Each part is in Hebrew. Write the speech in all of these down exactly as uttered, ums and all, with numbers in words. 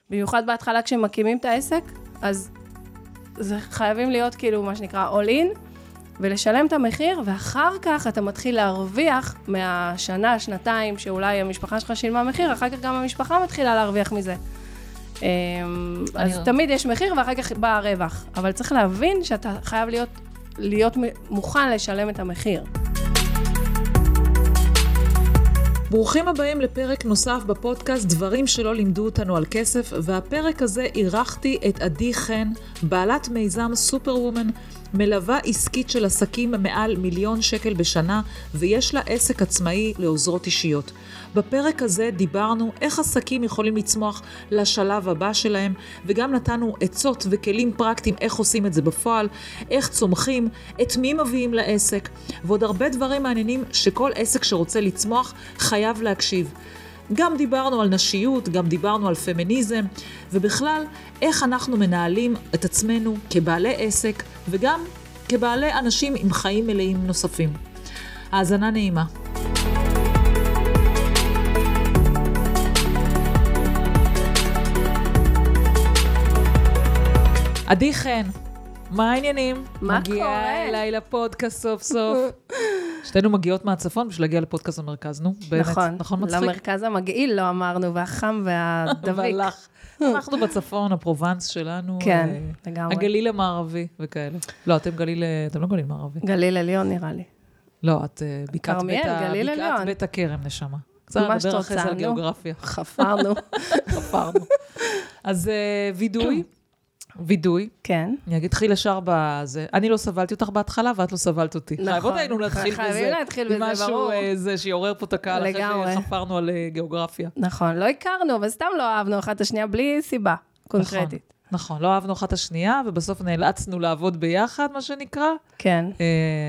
במיוחד בהתחלה כשמקימים את העסק, אז זה חייבים להיות כאילו מה שנקרא all in, ולשלם את המחיר, ואחר כך אתה מתחיל להרוויח מהשנה, שנתיים, שאולי המשפחה שלך שילמה מחיר, אחר כך גם המשפחה מתחילה להרוויח מזה. אז תמיד יש מחיר, ואחר כך בא הרווח. אבל צריך להבין שאתה חייב להיות, להיות מוכן לשלם את המחיר. ברוכים הבאים לפרק נוסף בפודקאסט דברים שלא לימדו אותנו על כסף, והפרק הזה אירחתי את עדי חן, בעלת מיזם סופר וומן, מלווה עסקית של עסקים מעל מיליון שקל בשנה, ויש לה עסק עצמאי לעוזרות אישיות. בפרק הזה דיברנו איך עסקים יכולים לצמוח לשלב הבא שלהם, וגם נתנו עצות וכלים פרקטיים איך עושים את זה בפועל, איך צומחים, את מי מביאים לעסק, ועוד הרבה דברים מעניינים שכל עסק שרוצה לצמוח חייב להקשיב. גם דיברנו על נשיות, גם דיברנו על פמיניזם, ובכלל איך אנחנו מנהלים את עצמנו כבעלי עסק, וגם כבעלי אנשים עם חיים מלאים נוספים. האזנה נעימה. עדי חן, מה העניינים? מה מגיעה קורה? מגיעה אליי לפודקאסט סוף סוף. שתינו מגיעות מהצפון בשביל להגיע לפודקאסט המרכז, נו, באמת, נכון, נכון מצחיק? למרכז המגעיל לא אמרנו, והחם והדביק. והלך. אנחנו בצפון, הפרובנס שלנו. כן, אה, לגמרי. הגליל המערבי וכאלה. לא, אתם גליל, אתם לא גליל מערבי. גליל עליון נראה לי. לא, את אה, בקעת כרמיאל, בית ה- גליל בקעת עליון. בית הכרם, נשמה. קצת מה נדבר אחרי זה שתוצא, על נו. גיאוגרפיה. חפרנו. חפרנו. אז אה, וידוי, וידוי. כן. אני אגיד, תחיל ישר בזה. אני לא סבלתי אותך בהתחלה, ואת לא סבלת אותי. נכון. חייבות היינו להתחיל בזה. חייבים להתחיל בזה, עם משהו, ברור. אה, זה שיעורר פה את הקהל, אחרי לגמרי. שחפרנו על אה, גיאוגרפיה. נכון, לא הכרנו, אבל סתם לא אהבנו אחת השנייה בלי סיבה קונקרטית. נכון, לא אהבנו אחת השנייה, ובסוף נאלצנו לעבוד ביחד, מה שנקרא. כן. אה,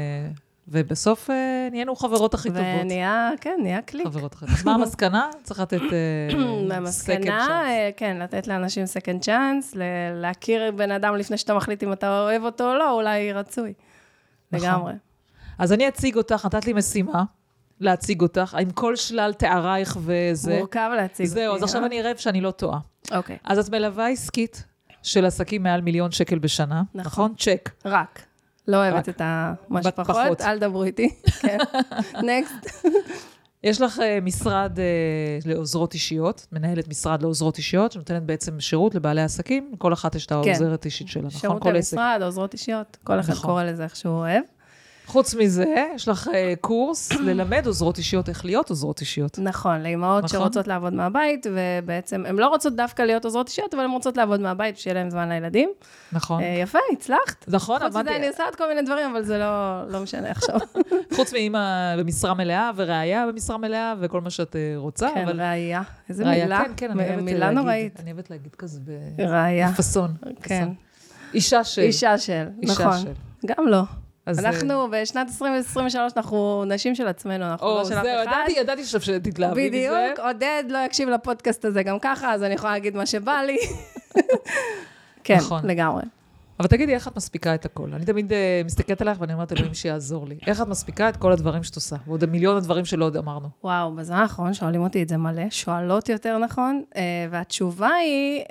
ובסוף אה, נהיינו חברות הכי טובות. ונהיה, כן, נהיה קליק. חברות הכי טובות. אז מה המסקנה? צריך לתת אה, second המסקנה, chance. אה, כן, לתת לאנשים second chance, ל- להכיר בן אדם לפני שאתה מחליט אם אתה אוהב אותו או לא, אולי רצוי. נכון. לגמרי. אז אני אציג אותך, נתת לי משימה להציג אותך, עם כל שלל תארייך וזה. מורכב להציג אותי. זהו, אז עכשיו אני אראה שאני לא טועה. אוקיי, אז את מלווה עסקית של עסקים מעל מיליון שקל בשנה, נכון? צ'ק. רק. לא אוהבת רק. את ה- מה בת שפחות, פחות. אל דברו איתי. כן. נקסט. יש לך uh, משרד uh, לעוזרות אישיות, מנהלת משרד לעוזרות אישיות, שנותנת בעצם שירות לבעלי עסקים, כל אחת יש את העוזרת אישית שלה, נכון? שירות כל עסק. למשרד, עוזרות אישיות, כל אחד נכון. קורא לזה איך שהוא אוהב. חוץ מזה, יש לך uh, קורס ללמד עוזרות אישיות, איך להיות עוזרות אישיות. נכון, לאמהות נכון. שרוצות לעבוד מהבית, ובעצם הן לא רוצות דווקא להיות עוזרות אישיות, אבל הן רוצות לעבוד מהבית, שיהיה להם זמן לילדים. נכון? אה, יפה, הצלחת. נכון, חוץ מזה, עבדתי- אני עושה עוד כל מיני דברים, אבל זה לא לא משנה עכשיו. חוץ מאמא במשרה מלאה, וראיה במשרה מלאה, וכל מה שאת uh, רוצה, כן, אבל... ראייה. איזה ראיה, מילה. כן, כן, אני אוהבת מילה להגיד- נוראית. אני אוהבת להגיד כזה ראייה. בפסון. כן. פסון. אישה של. אישה של, אישה נכון. של. גם לא. אז, אנחנו בשנת עשרים עשרים ושלוש, אנחנו נשים של עצמנו, אנחנו או, לא של אף זהו, אחד. ידעתי, ידעתי שתתלהבי מזה. בדיוק, עודד לא יקשיב לפודקאסט הזה גם ככה, אז אני יכולה להגיד מה שבא לי. כן, נכון. לגמרי. אבל תגידי, איך את מספיקה את הכל? אני תמיד uh, מסתכלת עליך ואני אומרת, אלוהים שיעזור לי. איך את מספיקה את כל הדברים שאת עושה? ועוד מיליון הדברים שלא עוד אמרנו. וואו, בזמן האחרון שואלים אותי את זה מלא, שואלות יותר נכון, אה, והתשובה היא,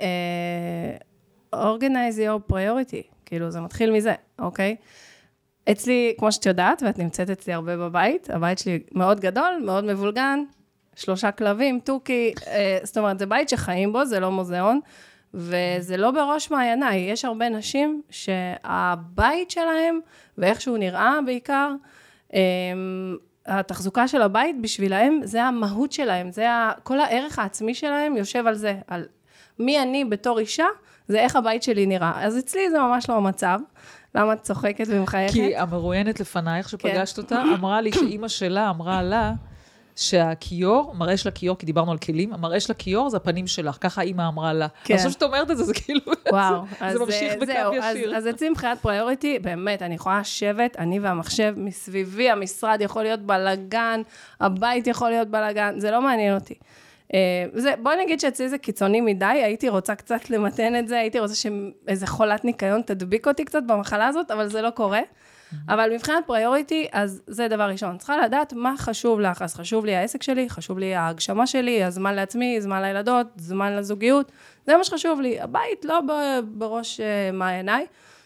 אה, organize your priority, כאילו זה מתחיל מזה, אוקיי? אצלי, כמו שאת יודעת, ואת נמצאת אצלי הרבה בבית, הבית שלי מאוד גדול, מאוד מבולגן, שלושה כלבים, טוקי, אה, זאת אומרת, זה בית שחיים בו, זה לא מוזיאון, וזה לא בראש מעייניי, יש הרבה נשים שהבית שלהם, ואיך שהוא נראה בעיקר, אה, התחזוקה של הבית בשבילהם, זה המהות שלהם, זה ה... כל הערך העצמי שלהם יושב על זה, על מי אני בתור אישה, זה איך הבית שלי נראה. אז אצלי זה ממש לא המצב. למה את צוחקת ומחייכת? כי המרואיינת לפנייך שפגשת אותה, אמרה לי שאימא שלה אמרה לה, שהכיור, המראה של הכיור, כי דיברנו על כלים, המראה של הכיור זה הפנים שלך, ככה אימא אמרה לה. כן. אני חושבת שאת אומרת את זה, זה כאילו, וואו, זה אז ממשיך זהו, בקו אז, ישיר. אז אצלי מבחינת פריוריטי, באמת, אני יכולה לשבת, אני והמחשב מסביבי, המשרד יכול להיות בלגן, הבית יכול להיות בלגן, זה לא מעניין אותי. זה, בואי נגיד שאצלי זה קיצוני מדי, הייתי רוצה קצת למתן את זה, הייתי רוצה שאיזה חולת ניקיון תדביק אותי קצת במחלה הזאת, אבל זה לא קורה. אבל מבחינת פריוריטי, אז זה דבר ראשון. צריכה לדעת מה חשוב לך. אז חשוב לי העסק שלי, חשוב לי ההגשמה שלי, הזמן לעצמי, זמן לילדות, זמן לזוגיות. זה מה שחשוב לי. הבית לא בראש מעייניי.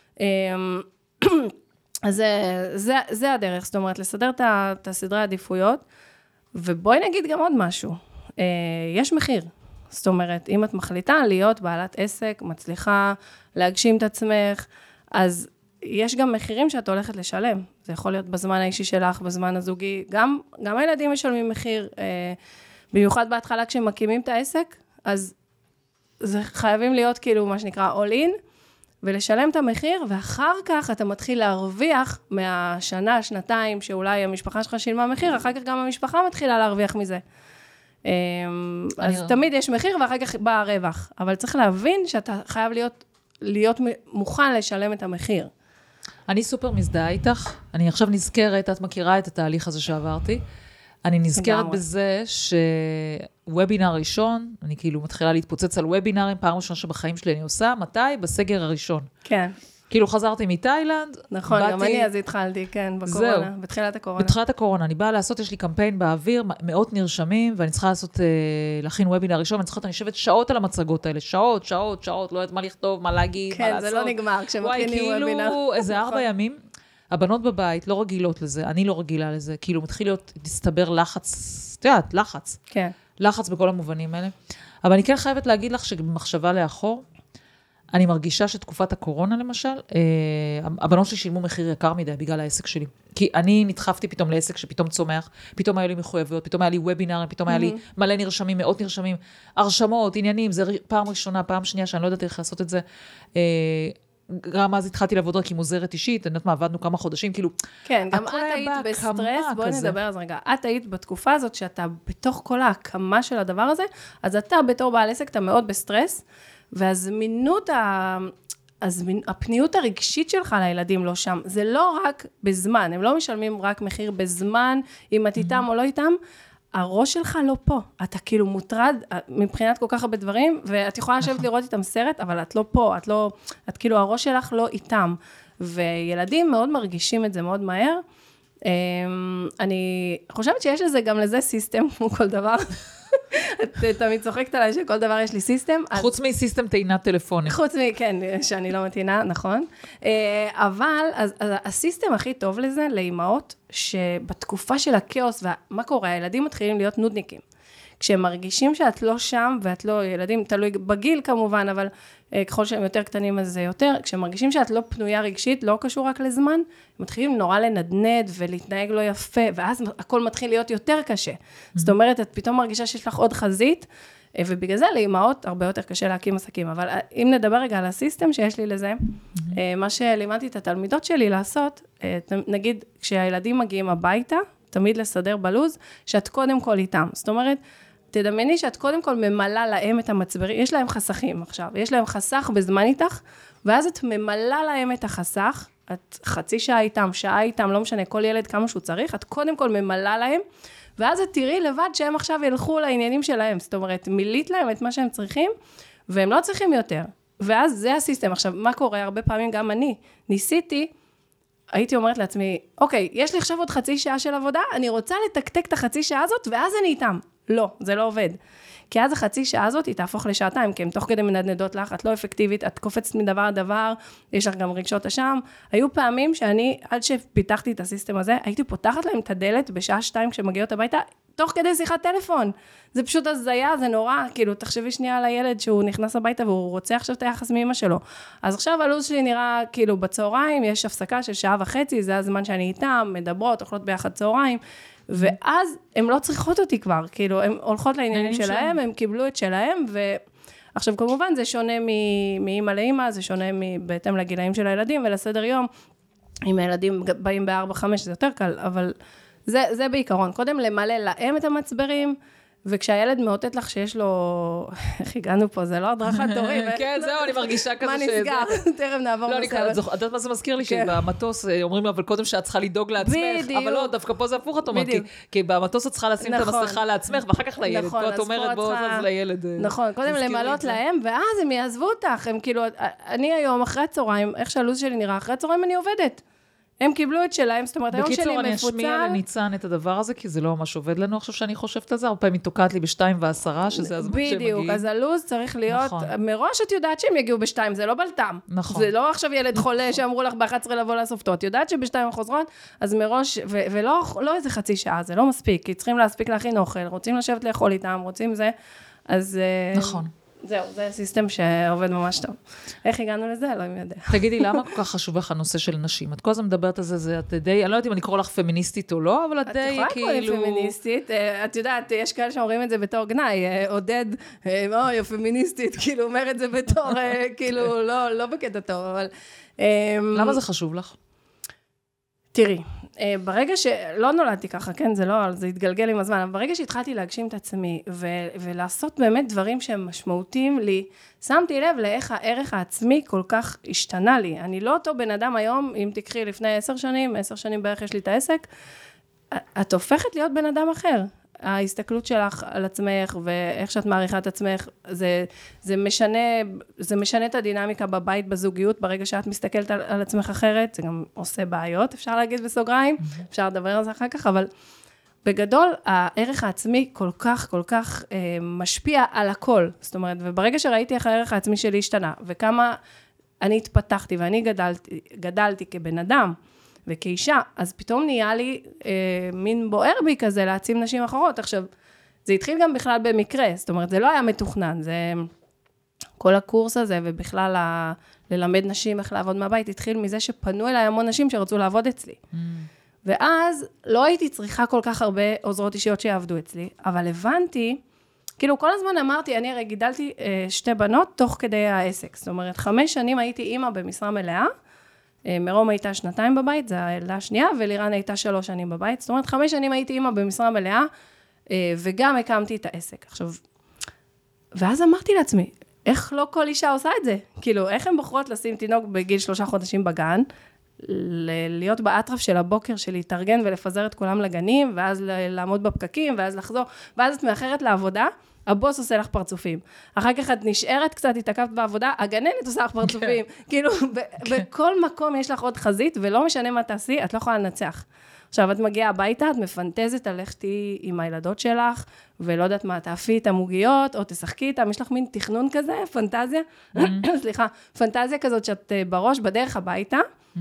אז זה, זה, זה הדרך. זאת אומרת, לסדר את הסדרי העדיפויות. ובואי נגיד גם עוד משהו. יש מחיר. זאת אומרת, אם את מחליטה להיות בעלת עסק, מצליחה להגשים את עצמך, אז יש גם מחירים שאת הולכת לשלם. זה יכול להיות בזמן האישי שלך, בזמן הזוגי. גם, גם הילדים משלמים מחיר, אה, במיוחד בהתחלה כשהם מקימים את העסק, אז זה חייבים להיות כאילו מה שנקרא all in, ולשלם את המחיר, ואחר כך אתה מתחיל להרוויח מהשנה, שנתיים, שאולי המשפחה שלך שילמה מחיר, אחר כך גם המשפחה מתחילה להרוויח מזה. אז תמיד יש מחיר, ואחר כך בא הרווח. אבל צריך להבין שאתה חייב להיות, להיות מוכן לשלם את המחיר. אני סופר מזדהה איתך, אני עכשיו נזכרת, את מכירה את התהליך הזה שעברתי, אני נזכרת בזה שוובינר ראשון, אני כאילו מתחילה להתפוצץ על וובינרים, פעם ראשונה שבחיים שלי אני עושה, מתי? בסגר הראשון. כן. כאילו חזרתי מתאילנד. נכון, באתי... גם אני אז התחלתי, כן, בקורונה, זהו. בתחילת הקורונה. בתחילת הקורונה, אני באה לעשות, יש לי קמפיין באוויר, מאות נרשמים, ואני צריכה לעשות, להכין וובינר ראשון, ואני צריכה, אני יושבת שעות על המצגות האלה, שעות, שעות, שעות, לא יודעת מה לכתוב, מה להגיד, כן, מה לעשות. כן, זה לא נגמר, כשמתחילים וובינר. כאילו, איזה ארבע ימים, הבנות בבית לא רגילות לזה, אני לא רגילה לזה, כאילו מתחיל להיות, להסתבר לחץ, את יודעת, לחץ. כן. לחץ בכל המובנים האלה. אבל אני כן חייבת להגיד לך שבמחשבה לאחור, אני מרגישה שתקופת הקורונה למשל, הבנות שלי שילמו מחיר יקר מדי בגלל העסק שלי. כי אני נדחפתי פתאום לעסק שפתאום צומח, פתאום היה לי מחויבויות, פתאום היה לי וובינרים, פתאום היה לי מלא נרשמים, מאות נרשמים, הרשמות, עניינים, זה פעם ראשונה, פעם שנייה שאני לא יודעת איך לעשות את זה. גם אז התחלתי לעבוד רק עם עוזרת אישית, אני יודעת מה, עבדנו כמה חודשים, כאילו, כן, גם את היית בסטרס, בואי נדבר על זה רגע, את היית בתקופה הזאת שאתה בתוך כל ההקמה של הדבר הזה, אז אתה בתור בעל עסק, אתה מאוד בסטרס, והזמינות, הזמין, הפניות הרגשית שלך לילדים לא שם, זה לא רק בזמן, הם לא משלמים רק מחיר בזמן, אם את איתם או לא איתם, הראש שלך לא פה, אתה כאילו מוטרד מבחינת כל כך הרבה דברים, ואת יכולה לשבת לראות איתם סרט, אבל את לא פה, את לא, את כאילו הראש שלך לא איתם, וילדים מאוד מרגישים את זה מאוד מהר, אני חושבת שיש לזה גם לזה סיסטם, כמו כל דבר, את תמיד צוחקת עליי שכל דבר יש לי סיסטם. חוץ מסיסטם טעינת טלפונים. חוץ מ... כן, שאני לא מתעינה, נכון. אבל הסיסטם הכי טוב לזה, לאמהות, שבתקופה של הכאוס, ומה קורה? הילדים מתחילים להיות נודניקים. כשהם מרגישים שאת לא שם, ואת לא, ילדים תלוי בגיל כמובן, אבל ככל שהם יותר קטנים אז זה יותר, כשהם מרגישים שאת לא פנויה רגשית, לא קשור רק לזמן, הם מתחילים נורא לנדנד ולהתנהג לא יפה, ואז הכל מתחיל להיות יותר קשה. זאת אומרת, את פתאום מרגישה שיש לך עוד חזית, ובגלל זה לאמהות הרבה יותר קשה להקים עסקים. אבל אם נדבר רגע על הסיסטם שיש לי לזה, מה שלימדתי את התלמידות שלי לעשות, נגיד כשהילדים מגיעים הביתה, תמיד לסדר בלוז, שאת קודם כל איתם. זאת אומרת, תדמייני שאת קודם כל ממלאה להם את המצברים, יש להם חסכים עכשיו, יש להם חסך בזמן איתך, ואז את ממלאה להם את החסך, את חצי שעה איתם, שעה איתם, לא משנה, כל ילד כמה שהוא צריך, את קודם כל ממלאה להם, ואז את תראי לבד שהם עכשיו ילכו לעניינים שלהם, זאת אומרת, מילאת להם את מה שהם צריכים, והם לא צריכים יותר, ואז זה הסיסטם. עכשיו, מה קורה? הרבה פעמים גם אני ניסיתי, הייתי אומרת לעצמי, אוקיי, יש לי עכשיו עוד חצי שעה של עבודה, אני רוצה לתקתק את החצי שעה הזאת, ואז אני איתם. לא, זה לא עובד. כי אז החצי שעה הזאת היא תהפוך לשעתיים, כי הם תוך כדי מנדנדות לך, את לא אפקטיבית, את קופצת מדבר לדבר, יש לך גם רגשות אשם. היו פעמים שאני, עד שפיתחתי את הסיסטם הזה, הייתי פותחת להם את הדלת בשעה שתיים כשמגיעות הביתה, תוך כדי שיחת טלפון. זה פשוט הזיה, זה נורא, כאילו, תחשבי שנייה על הילד שהוא נכנס הביתה, והוא רוצה עכשיו את היחס מאמא שלו. אז עכשיו הלו"ז שלי נראה, כאילו, בצהריים, יש הפסקה של שעה וחצי, זה הזמן שאני איתם, מדברות, אוכלות ביחד צהריים, ואז הן לא צריכות אותי כבר, כאילו, הן הולכות לעניינים שלהם, הן קיבלו את שלהם, ועכשיו כמובן זה שונה מאמא לאמא, זה שונה בהתאם לגילאים של הילדים, ולסדר יום, אם הילדים באים בארבע חמש, זה יותר קל, אבל זה, זה בעיקרון, קודם למלא להם את המצברים, וכשהילד מאותת לך שיש לו, איך הגענו פה, זה לא הדרכת תורים. כן, זהו, אני מרגישה כזה שזה... מה נסגר? תכף נעבור בסדר. את יודעת מה זה מזכיר לי? שבמטוס אומרים, אבל קודם שאת צריכה לדאוג לעצמך, אבל לא, דווקא פה זה הפוך, את אומרת, כי במטוס את צריכה לשים את המסכה לעצמך, ואחר כך לילד. פה את אומרת, בוא אז לילד. נכון, קודם למלות להם, ואז הם יעזבו אותך. הם כאילו, אני היום אחרי הצהריים, איך שהלו"ז שלי נראה, אחרי הצהריים אני עובדת. הם קיבלו את שלהם, זאת אומרת, היום שלי מפוצל. בקיצור, אני אשמיע לניצן את הדבר הזה, כי זה לא ממש עובד לנו עכשיו שאני חושבת על זה, הרבה פעמים היא תוקעת לי בשתיים ועשרה, שזה הזמן שהם מגיעים. בדיוק, אז הלוז צריך להיות, מראש את יודעת שהם יגיעו בשתיים, זה לא בלטם. נכון. זה לא עכשיו ילד חולה שאמרו לך ב-אחת עשרה לבוא לאסוף אותו, את יודעת שבשתיים חוזרות, אז מראש, ולא איזה חצי שעה, זה לא מספיק, כי צריכים להספיק להכין אוכל, רוצים לשבת לאכול איתם, רוצים זה, אז... נכון. זהו, זה סיסטם שעובד ממש טוב. איך הגענו לזה? לא יודע. תגידי, למה כל כך חשוב לך הנושא של נשים? את כל הזמן מדברת על זה, זה את די, אני לא יודעת אם אני אקרוא לך פמיניסטית או לא, אבל את די כאילו... את יכולה לקרוא לי פמיניסטית, את יודעת, יש כאלה שאומרים את זה בתור גנאי, עודד, אוי, פמיניסטית, כאילו אומר את זה בתור, כאילו, לא בקטע טוב, אבל... למה זה חשוב לך? תראי, ברגע שלא נולדתי ככה, כן, זה לא, זה התגלגל עם הזמן, אבל ברגע שהתחלתי להגשים את עצמי, ו- ולעשות באמת דברים שהם משמעותיים לי, שמתי לב לאיך הערך העצמי כל כך השתנה לי. אני לא אותו בן אדם היום, אם תקחי לפני עשר שנים, עשר שנים בערך יש לי את העסק, את הופכת להיות בן אדם אחר. ההסתכלות שלך על עצמך, ואיך שאת מעריכה את עצמך, זה, זה משנה, זה משנה את הדינמיקה בבית, בזוגיות, ברגע שאת מסתכלת על, על עצמך אחרת, זה גם עושה בעיות, אפשר להגיד בסוגריים, אפשר לדבר על זה אחר כך, אבל בגדול, הערך העצמי כל כך, כל כך אה, משפיע על הכל, זאת אומרת, וברגע שראיתי איך הערך העצמי שלי השתנה, וכמה אני התפתחתי, ואני גדלתי, גדלתי כבן אדם, וכאישה, אז פתאום נהיה לי אה, מין בוער בי כזה להעצים נשים אחרות. עכשיו, זה התחיל גם בכלל במקרה, זאת אומרת, זה לא היה מתוכנן, זה כל הקורס הזה, ובכלל ה, ללמד נשים איך לעבוד מהבית, התחיל מזה שפנו אליי המון נשים שרצו לעבוד אצלי. Mm. ואז לא הייתי צריכה כל כך הרבה עוזרות אישיות שיעבדו אצלי, אבל הבנתי, כאילו כל הזמן אמרתי, אני הרי גידלתי אה, שתי בנות תוך כדי העסק, זאת אומרת, חמש שנים הייתי אימא במשרה מלאה, מרום הייתה שנתיים בבית, זו הילדה השנייה, ולירן הייתה שלוש שנים בבית, זאת אומרת, חמש שנים הייתי אימא במשרה מלאה, וגם הקמתי את העסק. עכשיו, ואז אמרתי לעצמי, איך לא כל אישה עושה את זה? כאילו, איך הן בוחרות לשים תינוק בגיל שלושה חודשים בגן, להיות באטרף של הבוקר, של להתארגן ולפזר את כולם לגנים, ואז לעמוד בפקקים, ואז לחזור, ואז את מאחרת לעבודה, הבוס עושה לך פרצופים. אחר כך את נשארת קצת, התעכבת בעבודה, הגננת עושה לך פרצופים. כאילו, בכל מקום יש לך עוד חזית, ולא משנה מה תעשי, את לא יכולה לנצח. עכשיו, את מגיעה הביתה, את מפנטזת על איך תהיי עם הילדות שלך, ולא יודעת מה, תאפי איתם עוגיות, או תשחקי איתם, יש לך מין תכנון כזה, פנטזיה, סליחה, פנטזיה כזאת שאת בראש, בדרך הביתה,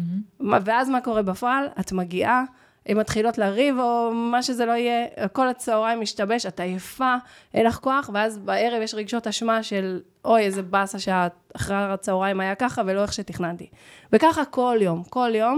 ואז מה קורה בפועל? את מגיעה, הן מתחילות לריב, או מה שזה לא יהיה, כל הצהריים משתבש, את עייפה, אין לך כוח, ואז בערב יש רגשות אשמה של, אוי, איזה באסה שאחרי הצהריים היה ככה, ולא איך שתכננתי. וככה כל יום, כל יום,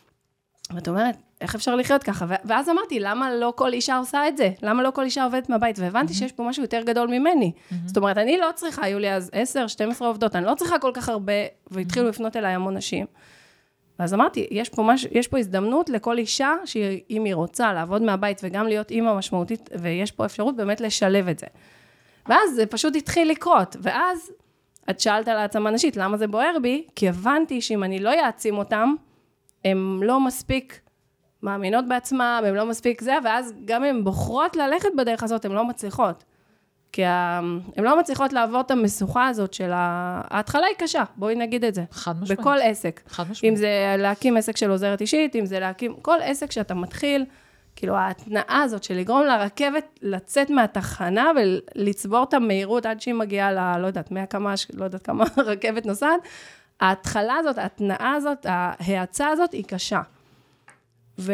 ואת אומרת, איך אפשר לחיות ככה? ואז אמרתי, למה לא כל אישה עושה את זה? למה לא כל אישה עובדת מהבית? והבנתי שיש פה משהו יותר גדול ממני. זאת אומרת, אני לא צריכה, היו לי אז עשר, שתים עשרה עובדות, אני לא צריכה כל כך הרבה, והתחילו לפנות אליי המון נשים. אז אמרתי, יש פה, מש, יש פה הזדמנות לכל אישה, שאם היא רוצה לעבוד מהבית וגם להיות אימא משמעותית, ויש פה אפשרות באמת לשלב את זה. ואז זה פשוט התחיל לקרות, ואז את שאלת על העצמה נשית, למה זה בוער בי? כי הבנתי שאם אני לא יעצים אותם, הם לא מספיק מאמינות בעצמם, הם לא מספיק זה, ואז גם הן בוחרות ללכת בדרך הזאת, הן לא מצליחות. כי הן לא מצליחות לעבור את המשוכה הזאת של ההתחלה היא קשה, בואי נגיד את זה. חד משמעית. בכל עסק. חד משמעית. אם זה להקים עסק של עוזרת אישית, אם זה להקים, כל עסק שאתה מתחיל, כאילו ההתנאה הזאת של לגרום לרכבת לצאת מהתחנה ולצבור את המהירות עד שהיא מגיעה ל, לא יודעת, מאה כמה, לא יודעת כמה רכבת נוסעת, ההתחלה הזאת, ההתנאה הזאת, ההאצה הזאת היא קשה. ו...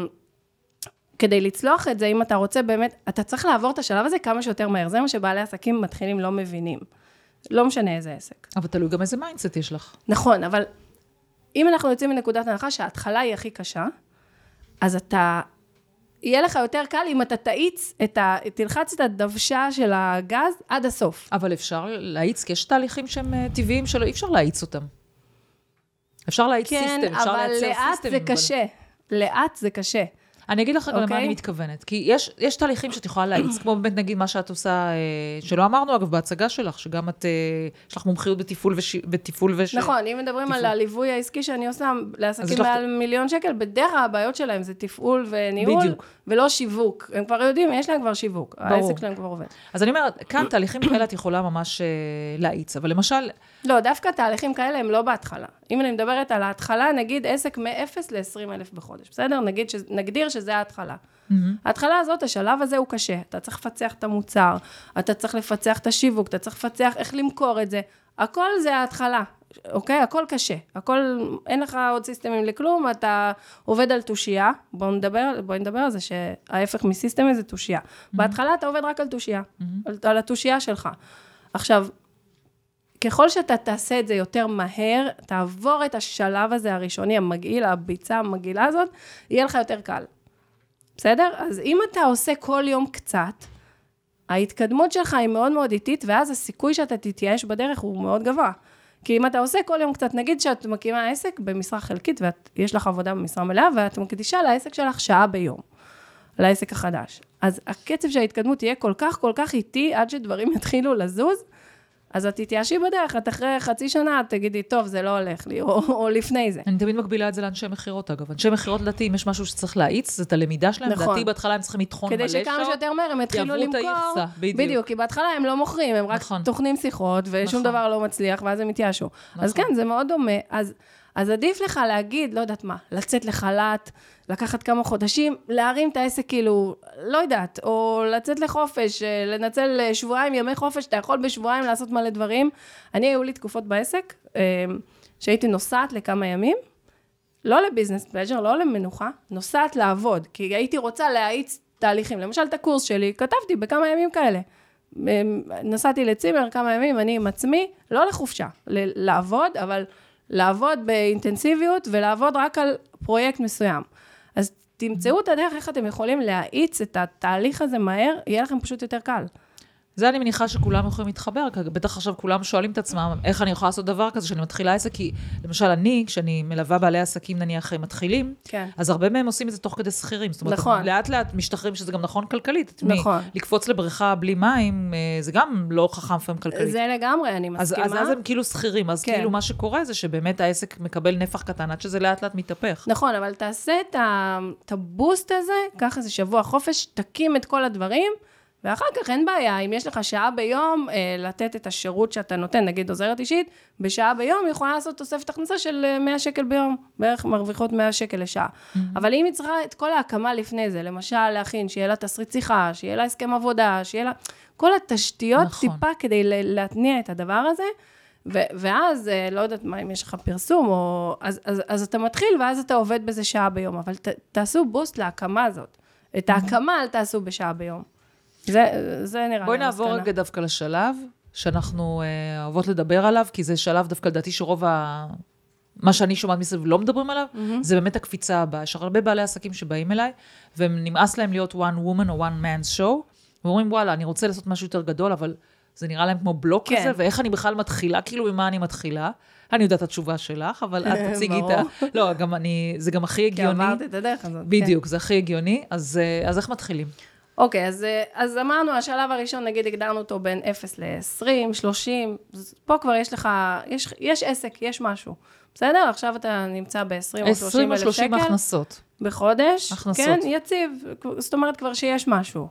כדי לצלוח את זה, אם אתה רוצה באמת, אתה צריך לעבור את השלב הזה כמה שיותר מהר. זה מה שבעלי עסקים מתחילים לא מבינים. לא משנה איזה עסק. אבל תלוי גם איזה מיינדסט יש לך. נכון, אבל אם אנחנו יוצאים מנקודת הנחה שההתחלה היא הכי קשה, אז אתה, יהיה לך יותר קל אם אתה תאיץ, את ה, תלחץ את הדוושה של הגז עד הסוף. אבל אפשר להאיץ, כי יש תהליכים שהם טבעיים שלא, אי אפשר להאיץ אותם. אפשר להאיץ כן, סיסטם, אפשר לייצר סיסטם. כן, אבל לאט זה קשה. לאט זה קשה. אני אגיד לך למה אני מתכוונת, כי יש, יש תהליכים שאת יכולה להאיץ, כמו באמת נגיד מה שאת עושה, שלא אמרנו אגב בהצגה שלך, שגם את, יש לך מומחיות בטיפול וש... בטיפול וש... נכון, אם מדברים על הליווי העסקי שאני עושה, לעסקים מעל מיליון שקל, בדרך הבעיות שלהם זה תפעול וניהול, ולא שיווק. הם כבר יודעים, יש להם כבר שיווק, העסק שלהם כבר עובד. אז אני אומרת, כאן תהליכים כאלה את יכולה ממש להאיץ, אבל למשל... לא, דווקא תהליכים כאלה הם לא בהתחלה. אם אני מדברת על ההתחלה, נגיד עסק מ-אפס ל-עשרים אלף בחודש, בסדר? נגיד ש... נגדיר שזה ההתחלה. Mm-hmm. ההתחלה הזאת, השלב הזה הוא קשה. אתה צריך לפצח את המוצר, אתה צריך לפצח את השיווק, אתה צריך לפצח איך למכור את זה. הכל זה ההתחלה, אוקיי? הכל קשה. הכל, אין לך עוד סיסטמים לכלום, אתה עובד על תושייה. בואו נדבר, בואו נדבר על זה שההפך מסיסטמי זה תושייה. Mm-hmm. בהתחלה אתה עובד רק על תושייה, mm-hmm. על, על התושייה שלך. עכשיו, ככל שאתה תעשה את זה יותר מהר, תעבור את השלב הזה הראשוני, המגעיל, הביצה המגעילה הזאת, יהיה לך יותר קל. בסדר? אז אם אתה עושה כל יום קצת, ההתקדמות שלך היא מאוד מאוד איטית, ואז הסיכוי שאתה תתייאש בדרך הוא מאוד גבוה. כי אם אתה עושה כל יום קצת, נגיד שאת מקימה עסק במשרה חלקית, ויש לך עבודה במשרה מלאה, ואת מקדישה לעסק שלך שעה ביום, לעסק החדש. אז הקצב של ההתקדמות תהיה כל כך, כל כך איטי, עד שדברים יתחילו לזוז, אז את תתייאשי בדרך, את אחרי חצי שנה, תגידי, טוב, זה לא הולך לי, או, או לפני זה. אני תמיד מקבילה את זה לאנשי מחירות, אגב. אנשי מחירות, לדעתי, אם יש משהו שצריך להאיץ, זה את הלמידה שלהם. נכון. לדעתי, בהתחלה הם צריכים לתחון מלא שעות. כדי שכמה שיותר מהר הם התחילו למכור. יעברו את בדיוק. בדיוק, כי בהתחלה הם לא מוכרים, הם רק נכון. תוכנים שיחות, ושום נכון. דבר לא מצליח, ואז הם מתייאשו. נכון. אז כן, זה מאוד דומה. אז, אז עדיף לך להגיד, לא יודעת מה, לצאת לחל"ת, לקחת כמה חודשים, להרים את העסק כאילו, לא יודעת, או לצאת לחופש, לנצל שבועיים, ימי חופש, אתה יכול בשבועיים לעשות מלא דברים. אני, היו לי תקופות בעסק, שהייתי נוסעת לכמה ימים, לא לביזנס פלז'ר, לא למנוחה, נוסעת לעבוד, כי הייתי רוצה להאיץ תהליכים. למשל, את הקורס שלי, כתבתי בכמה ימים כאלה. נסעתי לצימר כמה ימים, אני עם עצמי, לא לחופשה, לעבוד, אבל לעבוד באינטנסיביות, ולעבוד רק על פרויקט מסוים. אז תמצאו את הדרך איך אתם יכולים להאיץ את התהליך הזה מהר, יהיה לכם פשוט יותר קל. זה אני מניחה שכולם יכולים להתחבר, כי בטח עכשיו כולם שואלים את עצמם, איך אני יכולה לעשות דבר כזה, שאני מתחילה עסק, כי למשל אני, כשאני מלווה בעלי עסקים, נניח מתחילים, כן. אז הרבה מהם עושים את זה תוך כדי שכירים, זאת אומרת, נכון. לאט לאט משתחררים, שזה גם נכון כלכלית, נכון. לקפוץ לבריכה בלי מים, זה גם לא חכם פעם כלכלית. זה לגמרי, אני מסכימה. אז, אז, אז הם כאילו שכירים, אז כן. כאילו מה שקורה זה שבאמת העסק מקבל נפח קטן, עד שזה לאט לאט מתהפך. נכון, אבל תעשה את, ה... את הבוסט הזה, ככה זה שבוע חופש, תקים את כל הדברים, ואחר כך אין בעיה, אם יש לך שעה ביום, אה, לתת את השירות שאתה נותן, נגיד עוזרת אישית, בשעה ביום יכולה לעשות תוספת הכנסה של מאה שקל ביום, בערך מרוויחות מאה שקל לשעה. Mm-hmm. אבל אם היא צריכה את כל ההקמה לפני זה, למשל להכין, שיהיה לה תסריט שיחה, שיהיה לה הסכם עבודה, שיהיה לה כל התשתיות נכון. טיפה כדי להתניע את הדבר הזה, ו- ואז, אה, לא יודעת מה, אם יש לך פרסום, או, אז, אז, אז אתה מתחיל, ואז אתה עובד בזה שעה ביום, אבל ת, תעשו בוסט להקמה הזאת. את ההקמה אל תעשו בשעה ביום. זה, זה נראה. בואי נעבור רגע דווקא לשלב, שאנחנו אה, אוהבות לדבר עליו, כי זה שלב דווקא לדעתי שרוב ה... מה שאני שומעת מסביב לא מדברים עליו, mm-hmm. זה באמת הקפיצה הבאה. יש הרבה בעלי עסקים שבאים אליי, והם נמאס להם להיות one woman או one man's show, ואומרים, וואלה, אני רוצה לעשות משהו יותר גדול, אבל זה נראה להם כמו בלוק כן. כזה, ואיך אני בכלל מתחילה, כאילו ממה אני מתחילה. אני יודעת את התשובה שלך, אבל את תציגי את ה... לא, גם אני, זה גם הכי הגיוני. כי עברת את הדרך הזאת. בדיוק, זה הכי הגיוני, אז, אז איך מתחילים? אוקיי, אז, אז אמרנו, השלב הראשון, נגיד, הגדרנו אותו בין אפס ל-עשרים, שלושים, פה כבר יש לך, יש, יש עסק, יש משהו. בסדר? עכשיו אתה נמצא ב-עשרים או שלושים אלף שקל. עשרים או שלושים הכנסות. בחודש. הכנסות. כן, יציב. זאת אומרת כבר שיש משהו.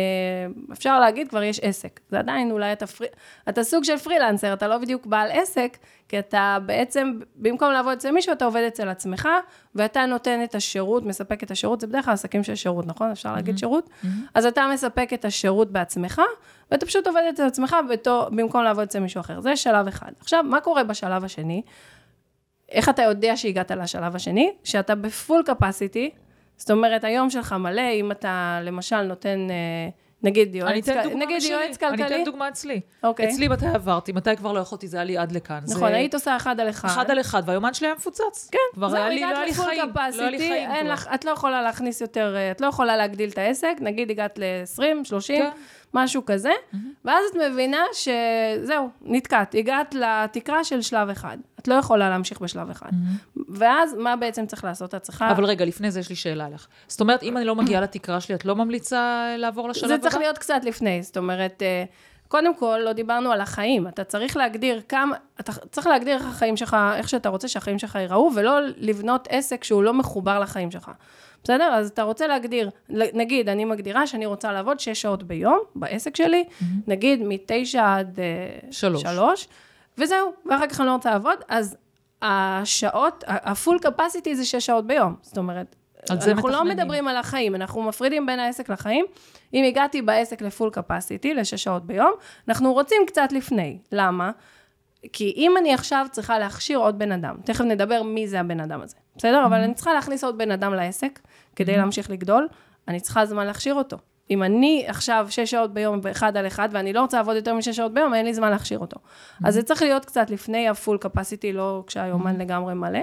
אפשר להגיד, כבר יש עסק. זה עדיין אולי אתה, פרי... אתה סוג של פרילנסר, אתה לא בדיוק בעל עסק, כי אתה בעצם, במקום לעבוד אצל מישהו, אתה עובד אצל עצמך, ואתה נותן את השירות, מספק את השירות, זה בדרך כלל עסקים של שירות, נכון? אפשר להגיד שירות? אז אתה מספק את השירות בעצמך, ואתה פשוט עובד אצל עצמך, במקום לעבוד אצל מישהו אחר. זה שלב אחד. עכשיו, מה קורה בשלב השני? איך אתה יודע שהגעת לשלב השני? שאתה בפול קפסיטי, זאת אומרת, היום שלך מלא, אם אתה למשל נותן, נגיד יועץ כלכלי. אני אתן דוגמה אצלי. אוקיי. אצלי מתי עברתי, מתי כבר לא יכולתי, זה היה לי עד לכאן. נכון, היית עושה אחד על אחד. אחד על אחד, והיומן שלי היה מפוצץ. כן, כבר היה לי, לא היה לי חיים. לא היה לי חיים כבר. את לא יכולה להכניס יותר, את לא יכולה להגדיל את העסק, נגיד הגעת ל-עשרים, שלושים, משהו כזה, ואז את מבינה שזהו, נתקעת, הגעת לתקרה של שלב אחד. את לא יכולה להמשיך בשלב אחד. ואז מה בעצם צריך לעשות? את צריכה... אבל רגע, לפני זה יש לי שאלה לך. זאת אומרת, אם אני לא מגיעה לתקרה שלי, את לא ממליצה לעבור לשלב הבא? זה צריך להיות קצת לפני. זאת אומרת, קודם כל, לא דיברנו על החיים. אתה צריך להגדיר כמה... אתה צריך להגדיר איך החיים שלך, איך שאתה רוצה שהחיים שלך ייראו, ולא לבנות עסק שהוא לא מחובר לחיים שלך. בסדר? אז אתה רוצה להגדיר, נגיד, אני מגדירה שאני רוצה לעבוד שש שעות ביום, בעסק שלי, נגיד, מתשע עד שלוש. וזהו, ואחר כך אני לא רוצה לעבוד, אז השעות, הפול קפסיטי זה שש שעות ביום, זאת אומרת, אנחנו לא מדברים על החיים, אנחנו מפרידים בין העסק לחיים. אם הגעתי בעסק לפול קפסיטי, לשש שעות ביום, אנחנו רוצים קצת לפני. למה? כי אם אני עכשיו צריכה להכשיר עוד בן אדם, תכף נדבר מי זה הבן אדם הזה, בסדר? אבל אני צריכה להכניס עוד בן אדם לעסק, כדי להמשיך לגדול, אני צריכה זמן להכשיר אותו. אם אני עכשיו שש שעות ביום באחד על אחד, ואני לא רוצה לעבוד יותר משש שעות ביום, אין לי זמן להכשיר אותו. אז זה צריך להיות קצת לפני הפול קפסיטי, לא כשהיומן לגמרי מלא.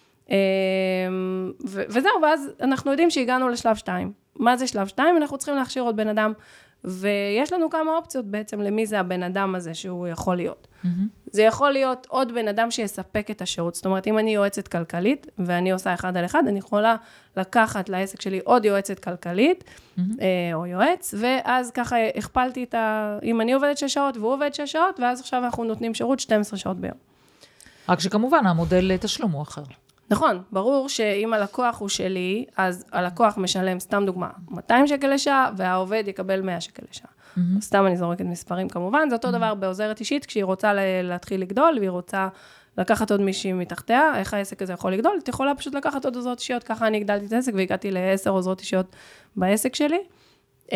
וזהו, ואז אנחנו יודעים שהגענו לשלב שתיים. מה זה שלב שתיים? אנחנו צריכים להכשיר עוד בן אדם, ויש לנו כמה אופציות בעצם למי זה הבן אדם הזה שהוא יכול להיות. זה יכול להיות עוד בן אדם שיספק את השירות. זאת אומרת, אם אני יועצת כלכלית, ואני עושה אחד על אחד, אני יכולה לקחת לעסק שלי עוד יועצת כלכלית, או יועץ, ואז ככה הכפלתי את ה... אם אני עובדת שש שעות, והוא עובד שש שעות, ואז עכשיו אנחנו נותנים שירות שתים עשרה שעות ביום. רק שכמובן, המודל תשלום הוא אחר. נכון, ברור שאם הלקוח הוא שלי, אז הלקוח משלם, סתם דוגמה, מאתיים שקל לשעה, והעובד יקבל מאה שקל לשעה. Mm-hmm. סתם אני זורקת מספרים כמובן, זה אותו mm-hmm. דבר בעוזרת אישית, כשהיא רוצה להתחיל לגדול, והיא רוצה לקחת עוד מישהי מתחתיה, איך העסק הזה יכול לגדול, את יכולה פשוט לקחת עוד עוזרות אישיות, ככה אני הגדלתי את העסק, והגעתי לעשר עוזרות אישיות בעסק שלי. Mm-hmm.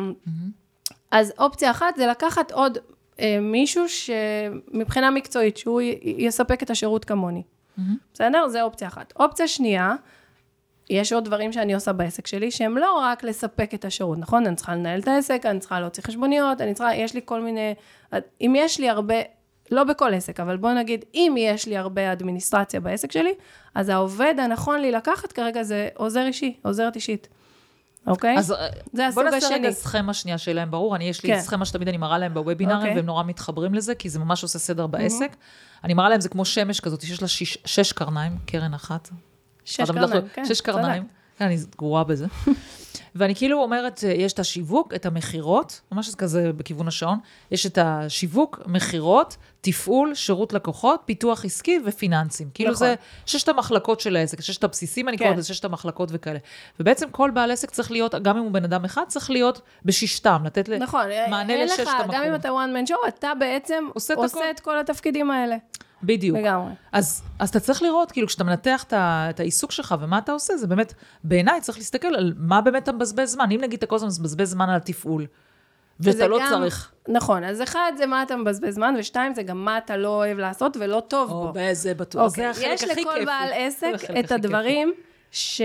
אז אופציה אחת זה לקחת עוד מישהו שמבחינה מקצועית, שהוא יספק את השירות כמוני. בסדר? זה אופציה אחת. אופציה שנייה, יש עוד דברים שאני עושה בעסק שלי, שהם לא רק לספק את השירות, נכון? אני צריכה לנהל את העסק, אני צריכה להוציא חשבוניות, אני צריכה, יש לי כל מיני, אם יש לי הרבה, לא בכל עסק, אבל בוא נגיד, אם יש לי הרבה אדמיניסטרציה בעסק שלי, אז העובד הנכון לי לקחת כרגע זה עוזר אישי, עוזרת אישית. אוקיי? אז בוא נעשה רגע סכמה שנייה שלהם, ברור, אני יש לי סכמה שתמיד אני מראה להם בוובינרים, והם נורא מתחברים לזה, כי זה ממש עושה סדר בעסק. אני מראה להם, זה כמו שמש כזאת, יש לה שש קרניים, קרן אחת. שש קרניים, כן. שש קרניים, אני גרועה בזה. ואני כאילו אומרת, יש את השיווק, את המחירות, ממש כזה בכיוון השעון, יש את השיווק, מחירות, תפעול, שירות לקוחות, פיתוח עסקי ופיננסים. כאילו זה ששת המחלקות של העסק, ששת הבסיסים, אני קוראת לזה ששת המחלקות וכאלה. ובעצם כל בעל עסק צריך להיות, גם אם הוא בן אדם אחד, צריך להיות בשישתם, לתת מענה לששת המקום. גם אם אתה one man show, אתה בעצם עושה את כל התפקידים האלה. בדיוק. לגמרי. אז, אז אתה צריך לראות, כאילו, כשאתה מנתח את, את העיסוק שלך ומה אתה עושה, זה באמת, בעיניי צריך להסתכל על מה באמת אתה מבזבז זמן. אם נגיד אתה כל הזמן מבזבז זמן על התפעול, ואתה לא גם, צריך. נכון, אז אחד זה מה אתה מבזבז זמן, ושתיים זה גם מה אתה לא אוהב לעשות ולא טוב או, בו. באיזה בטוח. אוקיי, זה החלק הכי כיפי. יש לכל בעל עסק את הדברים ש...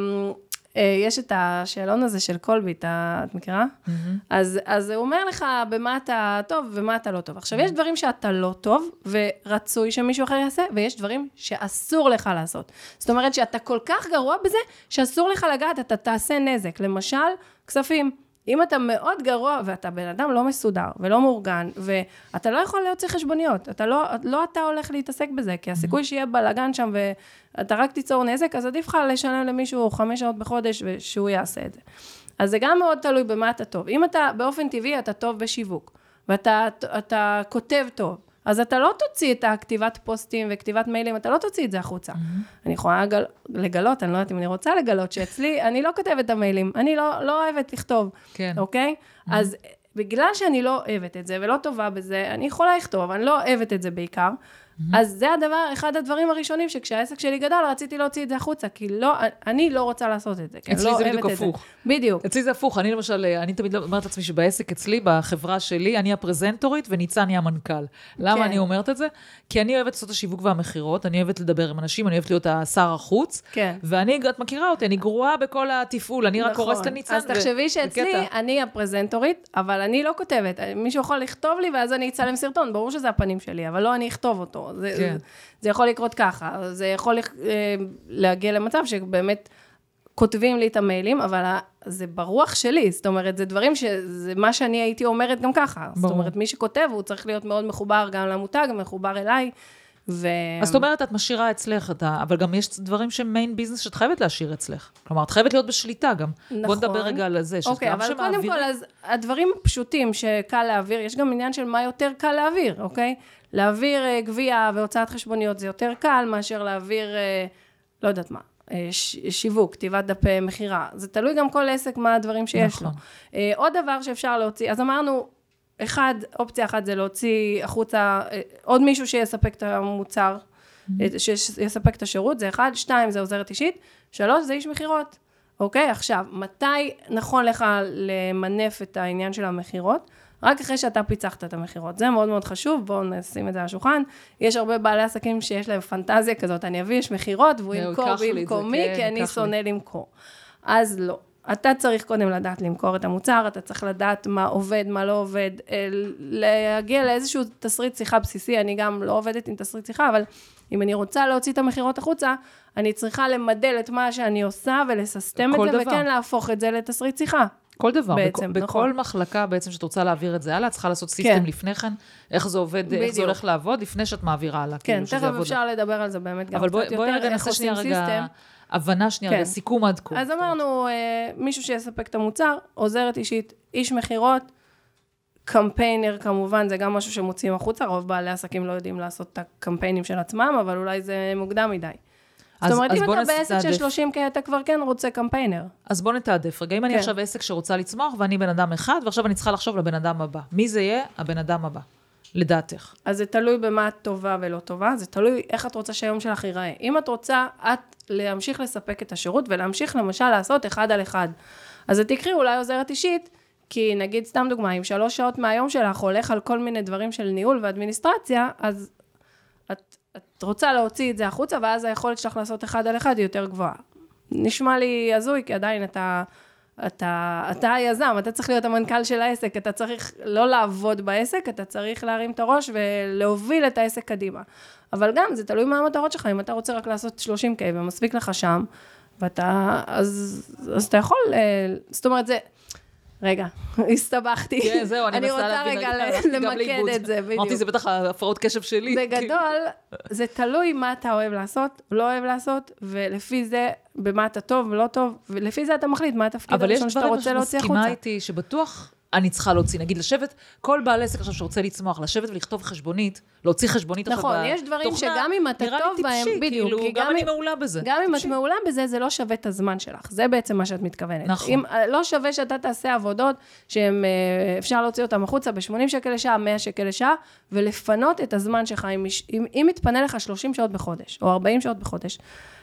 יש את השאלון הזה של קולבי, את מכירה? אז, אז הוא אומר לך במה אתה טוב ומה אתה לא טוב. עכשיו, יש דברים שאתה לא טוב, ורצוי שמישהו אחר יעשה, ויש דברים שאסור לך לעשות. זאת אומרת שאתה כל כך גרוע בזה, שאסור לך לגעת, אתה תעשה נזק. למשל, כספים. אם אתה מאוד גרוע, ואתה בן אדם לא מסודר, ולא מאורגן, ואתה לא יכול להוציא חשבוניות, אתה לא, לא אתה הולך להתעסק בזה, כי הסיכוי שיהיה בלגן שם, ואתה רק תיצור נזק, אז עדיף לך לשלם למישהו חמש שעות בחודש, ושהוא יעשה את זה. אז זה גם מאוד תלוי במה אתה טוב. אם אתה, באופן טבעי, אתה טוב בשיווק, ואתה אתה כותב טוב, אז אתה לא תוציא את הכתיבת פוסטים וכתיבת מיילים, אתה לא תוציא את זה החוצה. Mm-hmm. אני יכולה לגלות, אני לא יודעת אם אני רוצה לגלות, שאצלי, אני לא כותבת את המיילים, אני לא, לא אוהבת לכתוב, כן. אוקיי? Mm-hmm. אז בגלל שאני לא אוהבת את זה, ולא טובה בזה, אני יכולה לכתוב, אבל אני לא אוהבת את זה בעיקר, mm-hmm. אז זה הדבר, אחד הדברים הראשונים, שכשהעסק שלי גדל, רציתי להוציא את זה החוצה, כי לא, אני לא רוצה לעשות את זה, כי אני לא אוהבת את זה. בדיוק. אצלי זה הפוך, אני למשל, אני תמיד אומרת לעצמי שבעסק אצלי, בחברה שלי, אני הפרזנטורית וניצן היא המנכ"ל. למה אני אומרת את זה? כי אני אוהבת לעשות השיווק והמחירות, אני אוהבת לדבר עם אנשים, אני אוהבת להיות השר החוץ, ואני, את מכירה אותי, אני גרועה בכל התפעול, אני רק קורסת לניצן. אז תחשבי שאצלי, אני הפרזנטורית, אבל אני לא כותבת. מישהו יכול לכתוב לי, ואז אני אצלם סרטון. ברור שזה הפנים שלי, אבל לא אני אכתוב אותו. זה, זה יכול לקרות ככה. זה יכול להגיע למצב שבאמת כותבים לי את המיילים, אבל זה ברוח שלי. זאת אומרת, זה דברים שזה מה שאני הייתי אומרת גם ככה. ברור. זאת אומרת, מי שכותב, הוא צריך להיות מאוד מחובר גם למותג, מחובר אליי. ו... אז זאת אומרת, את משאירה אצלך, אתה, אבל גם יש דברים שמיין ביזנס שאת חייבת להשאיר אצלך. כלומר, את חייבת להיות בשליטה גם. נכון. בוא נדבר רגע על זה. אוקיי, אבל שמעביר... קודם כל, אז הדברים הפשוטים שקל להעביר, יש גם עניין של מה יותר קל להעביר, אוקיי? להעביר uh, גבייה והוצאת חשבוניות זה יותר קל, מאשר להעביר, uh, לא יודעת מה, uh, ש- שיווק, כתיבת דפי מחירה. זה תלוי גם כל עסק מה הדברים שיש נכון. לו. Uh, עוד דבר שאפשר להוציא, אז אמרנו, אחד, אופציה אחת זה להוציא החוצה, עוד מישהו שיספק את המוצר, שיספק את השירות, זה אחד, שתיים, זה עוזרת אישית, שלוש, זה איש מחירות. אוקיי? עכשיו, מתי נכון לך למנף את העניין של המחירות? רק אחרי שאתה פיצחת את המחירות. זה מאוד מאוד חשוב, בואו נשים את זה על השולחן. יש הרבה בעלי עסקים שיש להם פנטזיה כזאת, אני אביא, יש מחירות, והוא ימכור במקומי, כי אני שונא למכור. אז לא. אתה צריך קודם לדעת למכור את המוצר, אתה צריך לדעת מה עובד, מה לא עובד, להגיע לאיזשהו תסריט שיחה בסיסי, אני גם לא עובדת עם תסריט שיחה, אבל אם אני רוצה להוציא את המחירות החוצה, אני צריכה למדל את מה שאני עושה, ולססטם את זה, דבר. וכן להפוך את זה לתסריט שיחה. כל דבר, בעצם, בכ- נכון. בכל מחלקה בעצם שאת רוצה להעביר את זה הלאה, את צריכה לעשות סיסטם כן. לפני כן, איך זה עובד, בדיוק. איך זה הולך לעבוד, לפני שאת מעבירה הלאה. כן, תכף אפשר לדבר על זה באמת גם קצת יותר, בוא, רגע, איך עושים סיסטם. הבנה שנייה, כן. סיכום עד כה. אז אמרנו, מישהו שיספק את המוצר, עוזרת אישית, איש מחירות, קמפיינר כמובן, זה גם משהו שמוציאים החוצה, רוב בעלי עסקים לא יודעים לעשות את הקמפיינים של עצמם, אבל אולי זה מוקדם מדי. אז, זאת אומרת, אם אתה בעסק של שלושים, כי אתה כבר כן רוצה קמפיינר. אז בוא נתעדף. רגע, אם אני עכשיו עסק שרוצה לצמוח, ואני בן אדם אחד, ועכשיו אני צריכה לחשוב לבן אדם הבא. מי זה יהיה? הבן אדם הבא. לדעתך. אז זה תלוי במה את טובה ולא טובה, זה תלוי איך את רוצה שהיום שלך ייראה. אם את רוצה, את להמשיך לספק את השירות, ולהמשיך למשל לעשות אחד על אחד. אז את תקחי אולי עוזרת אישית, כי נגיד סתם דוגמה, אם שלוש שעות מהיום שלך הולך על כל מיני דברים של ניהול ואדמיניסטרציה, אז את, את רוצה להוציא את זה החוצה, ואז היכולת שלך לעשות אחד על אחד היא יותר גבוהה. נשמע לי הזוי, כי עדיין אתה, אתה, אתה היזם, אתה צריך להיות המנכ"ל של העסק, אתה צריך לא לעבוד בעסק, אתה צריך להרים את הראש ולהוביל את העסק קדימה. אבל גם זה תלוי מה המטרות שלך, אם אתה רוצה רק לעשות שלושים קיי ומספיק לך שם, ואתה, אז, אז אתה יכול, זאת אומרת זה, רגע, הסתבכתי. כן, זהו, אני רוצה רגע למקד את זה, בדיוק. אמרתי, זה בטח הפרעות קשב שלי. בגדול, זה תלוי מה אתה אוהב לעשות, לא אוהב לעשות, ולפי זה, במה אתה טוב ולא טוב, ולפי זה אתה מחליט מה התפקיד הראשון שאתה רוצה להוציא החוצה. אבל יש דברים שמסכימה איתי, שבטוח אני צריכה להוציא, נגיד לשבת, כל בעל עסק עכשיו שרוצה לצמוח, לשבת ולכתוב חשבונית, להוציא חשבונית עכשיו בתוכנה, נכון, יש דברים שגם אם אתה טוב בהם, בדיוק, גם אני מעולה בזה. גם אם את מעולה בזה, זה לא שווה את הזמן שלך, זה בעצם מה שאת מתכוונת. נכון. אם לא שווה שאתה תעשה עבודות, שאפשר להוציא אותם החוצה ב-שמונים שקל לשעה, מאה שקל לשעה, ולפנות את הזמן שלך, אם מתפנה לך שלושים שעות בחודש, או ארבעים שעות בחודש,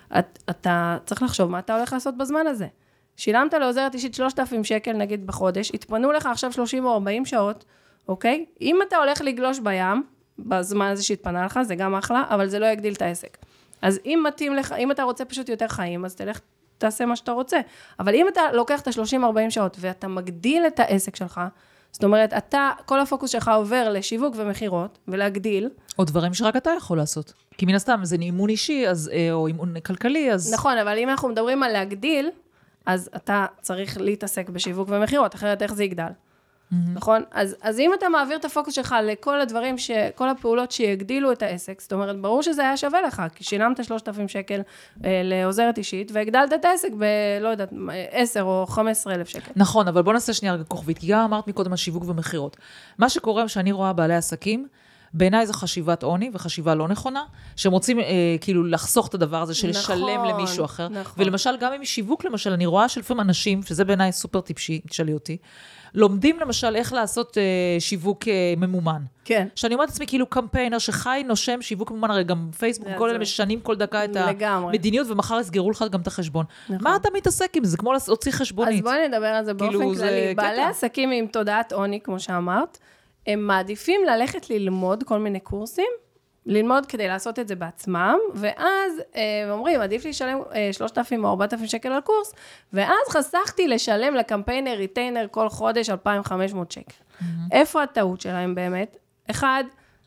אתה צריך לחשוב מה אתה הולך לעשות בזמן הזה. שילמת לעוזרת אישית שלושת אלפים שקל, נגיד בחודש, התפנו לך עכשיו שלושים או ארבעים שעות, אוקיי? אם אתה הולך לגלוש בים, בזמן הזה שהתפנה לך, זה גם אחלה, אבל זה לא יגדיל את העסק. אז אם מתאים לך, אם אתה רוצה פשוט יותר חיים, אז תלך, תעשה מה שאתה רוצה. אבל אם אתה לוקח את ה-שלושים ארבעים שעות, ואתה מגדיל את העסק שלך, זאת אומרת, אתה, כל הפוקוס שלך עובר לשיווק ומחירות, ולהגדיל. או דברים שרק אתה יכול לעשות. כי מן הסתם, זה אימון אישי, אז, או אימון כלכלי, אז... נכון, אבל אם אנחנו מדברים על להגדיל, אז אתה צריך להתעסק בשיווק ומחירות, אחרת איך זה יגדל. Mm-hmm. נכון? אז, אז אם אתה מעביר את הפוקוס שלך לכל הדברים, ש, כל הפעולות שיגדילו את העסק, זאת אומרת, ברור שזה היה שווה לך, כי שילמת שלושת אלפים שקל אה, לעוזרת אישית, והגדלת את העסק ב, לא יודעת, עשר או חמש עשרה אלף שקל. נכון, אבל בוא נעשה שנייה רגע כוכבית, כי גם אמרת מקודם על שיווק ומחירות. מה שקורה שאני רואה בעלי עסקים, בעיניי זו חשיבת עוני וחשיבה לא נכונה, שהם רוצים אה, כאילו לחסוך את הדבר הזה של לשלם נכון, למישהו אחר. נכון. ולמשל, גם עם שיווק, למשל, אני רואה שלפעמים אנשים, שזה בעיניי סופר טיפשי, תשאלי אותי, לומדים למשל איך לעשות אה, שיווק אה, ממומן. כן. שאני אומרת עצמי כאילו קמפיינר שחי נושם שיווק ממומן, הרי גם פייסבוק, כל אלה משנים כל דקה את לגמרי. המדיניות, ומחר יסגרו לך גם את החשבון. נכון. מה אתה מתעסק עם זה? זה כמו להוציא חשבונית. אז בואי נדבר על זה באופן כאילו, כללי. זה בעלי עסקים עם תודעת עוני, כמו שאמרת, הם מעדיפים ללכת ללמוד כל מיני קורסים, ללמוד כדי לעשות את זה בעצמם, ואז הם אומרים, עדיף לי לשלם שלושת אלפים או ארבעת אלפים שקל על קורס, ואז חסכתי לשלם לקמפיינר, ריטיינר כל חודש אלפיים וחמש מאות שקל. Mm-hmm. איפה הטעות שלהם באמת? אחד,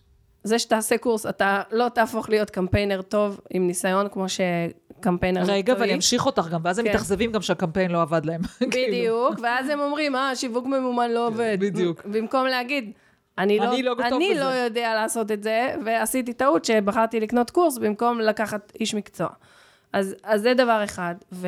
זה שתעשה קורס, אתה לא תהפוך להיות קמפיינר טוב עם ניסיון כמו שקמפיינר טועים. רגע, ואני אמשיך אותך גם, ואז הם מתאכזבים גם שהקמפיין לא עבד להם. בדיוק, ואז הם אומרים, אה, שיווק ממומן לא עובד. בדיוק. במקום להגיד, אני לא, אני לא, אני לא יודע לעשות את זה, ועשיתי טעות שבחרתי לקנות קורס, במקום לקחת איש מקצוע. אז, אז זה דבר אחד, ו,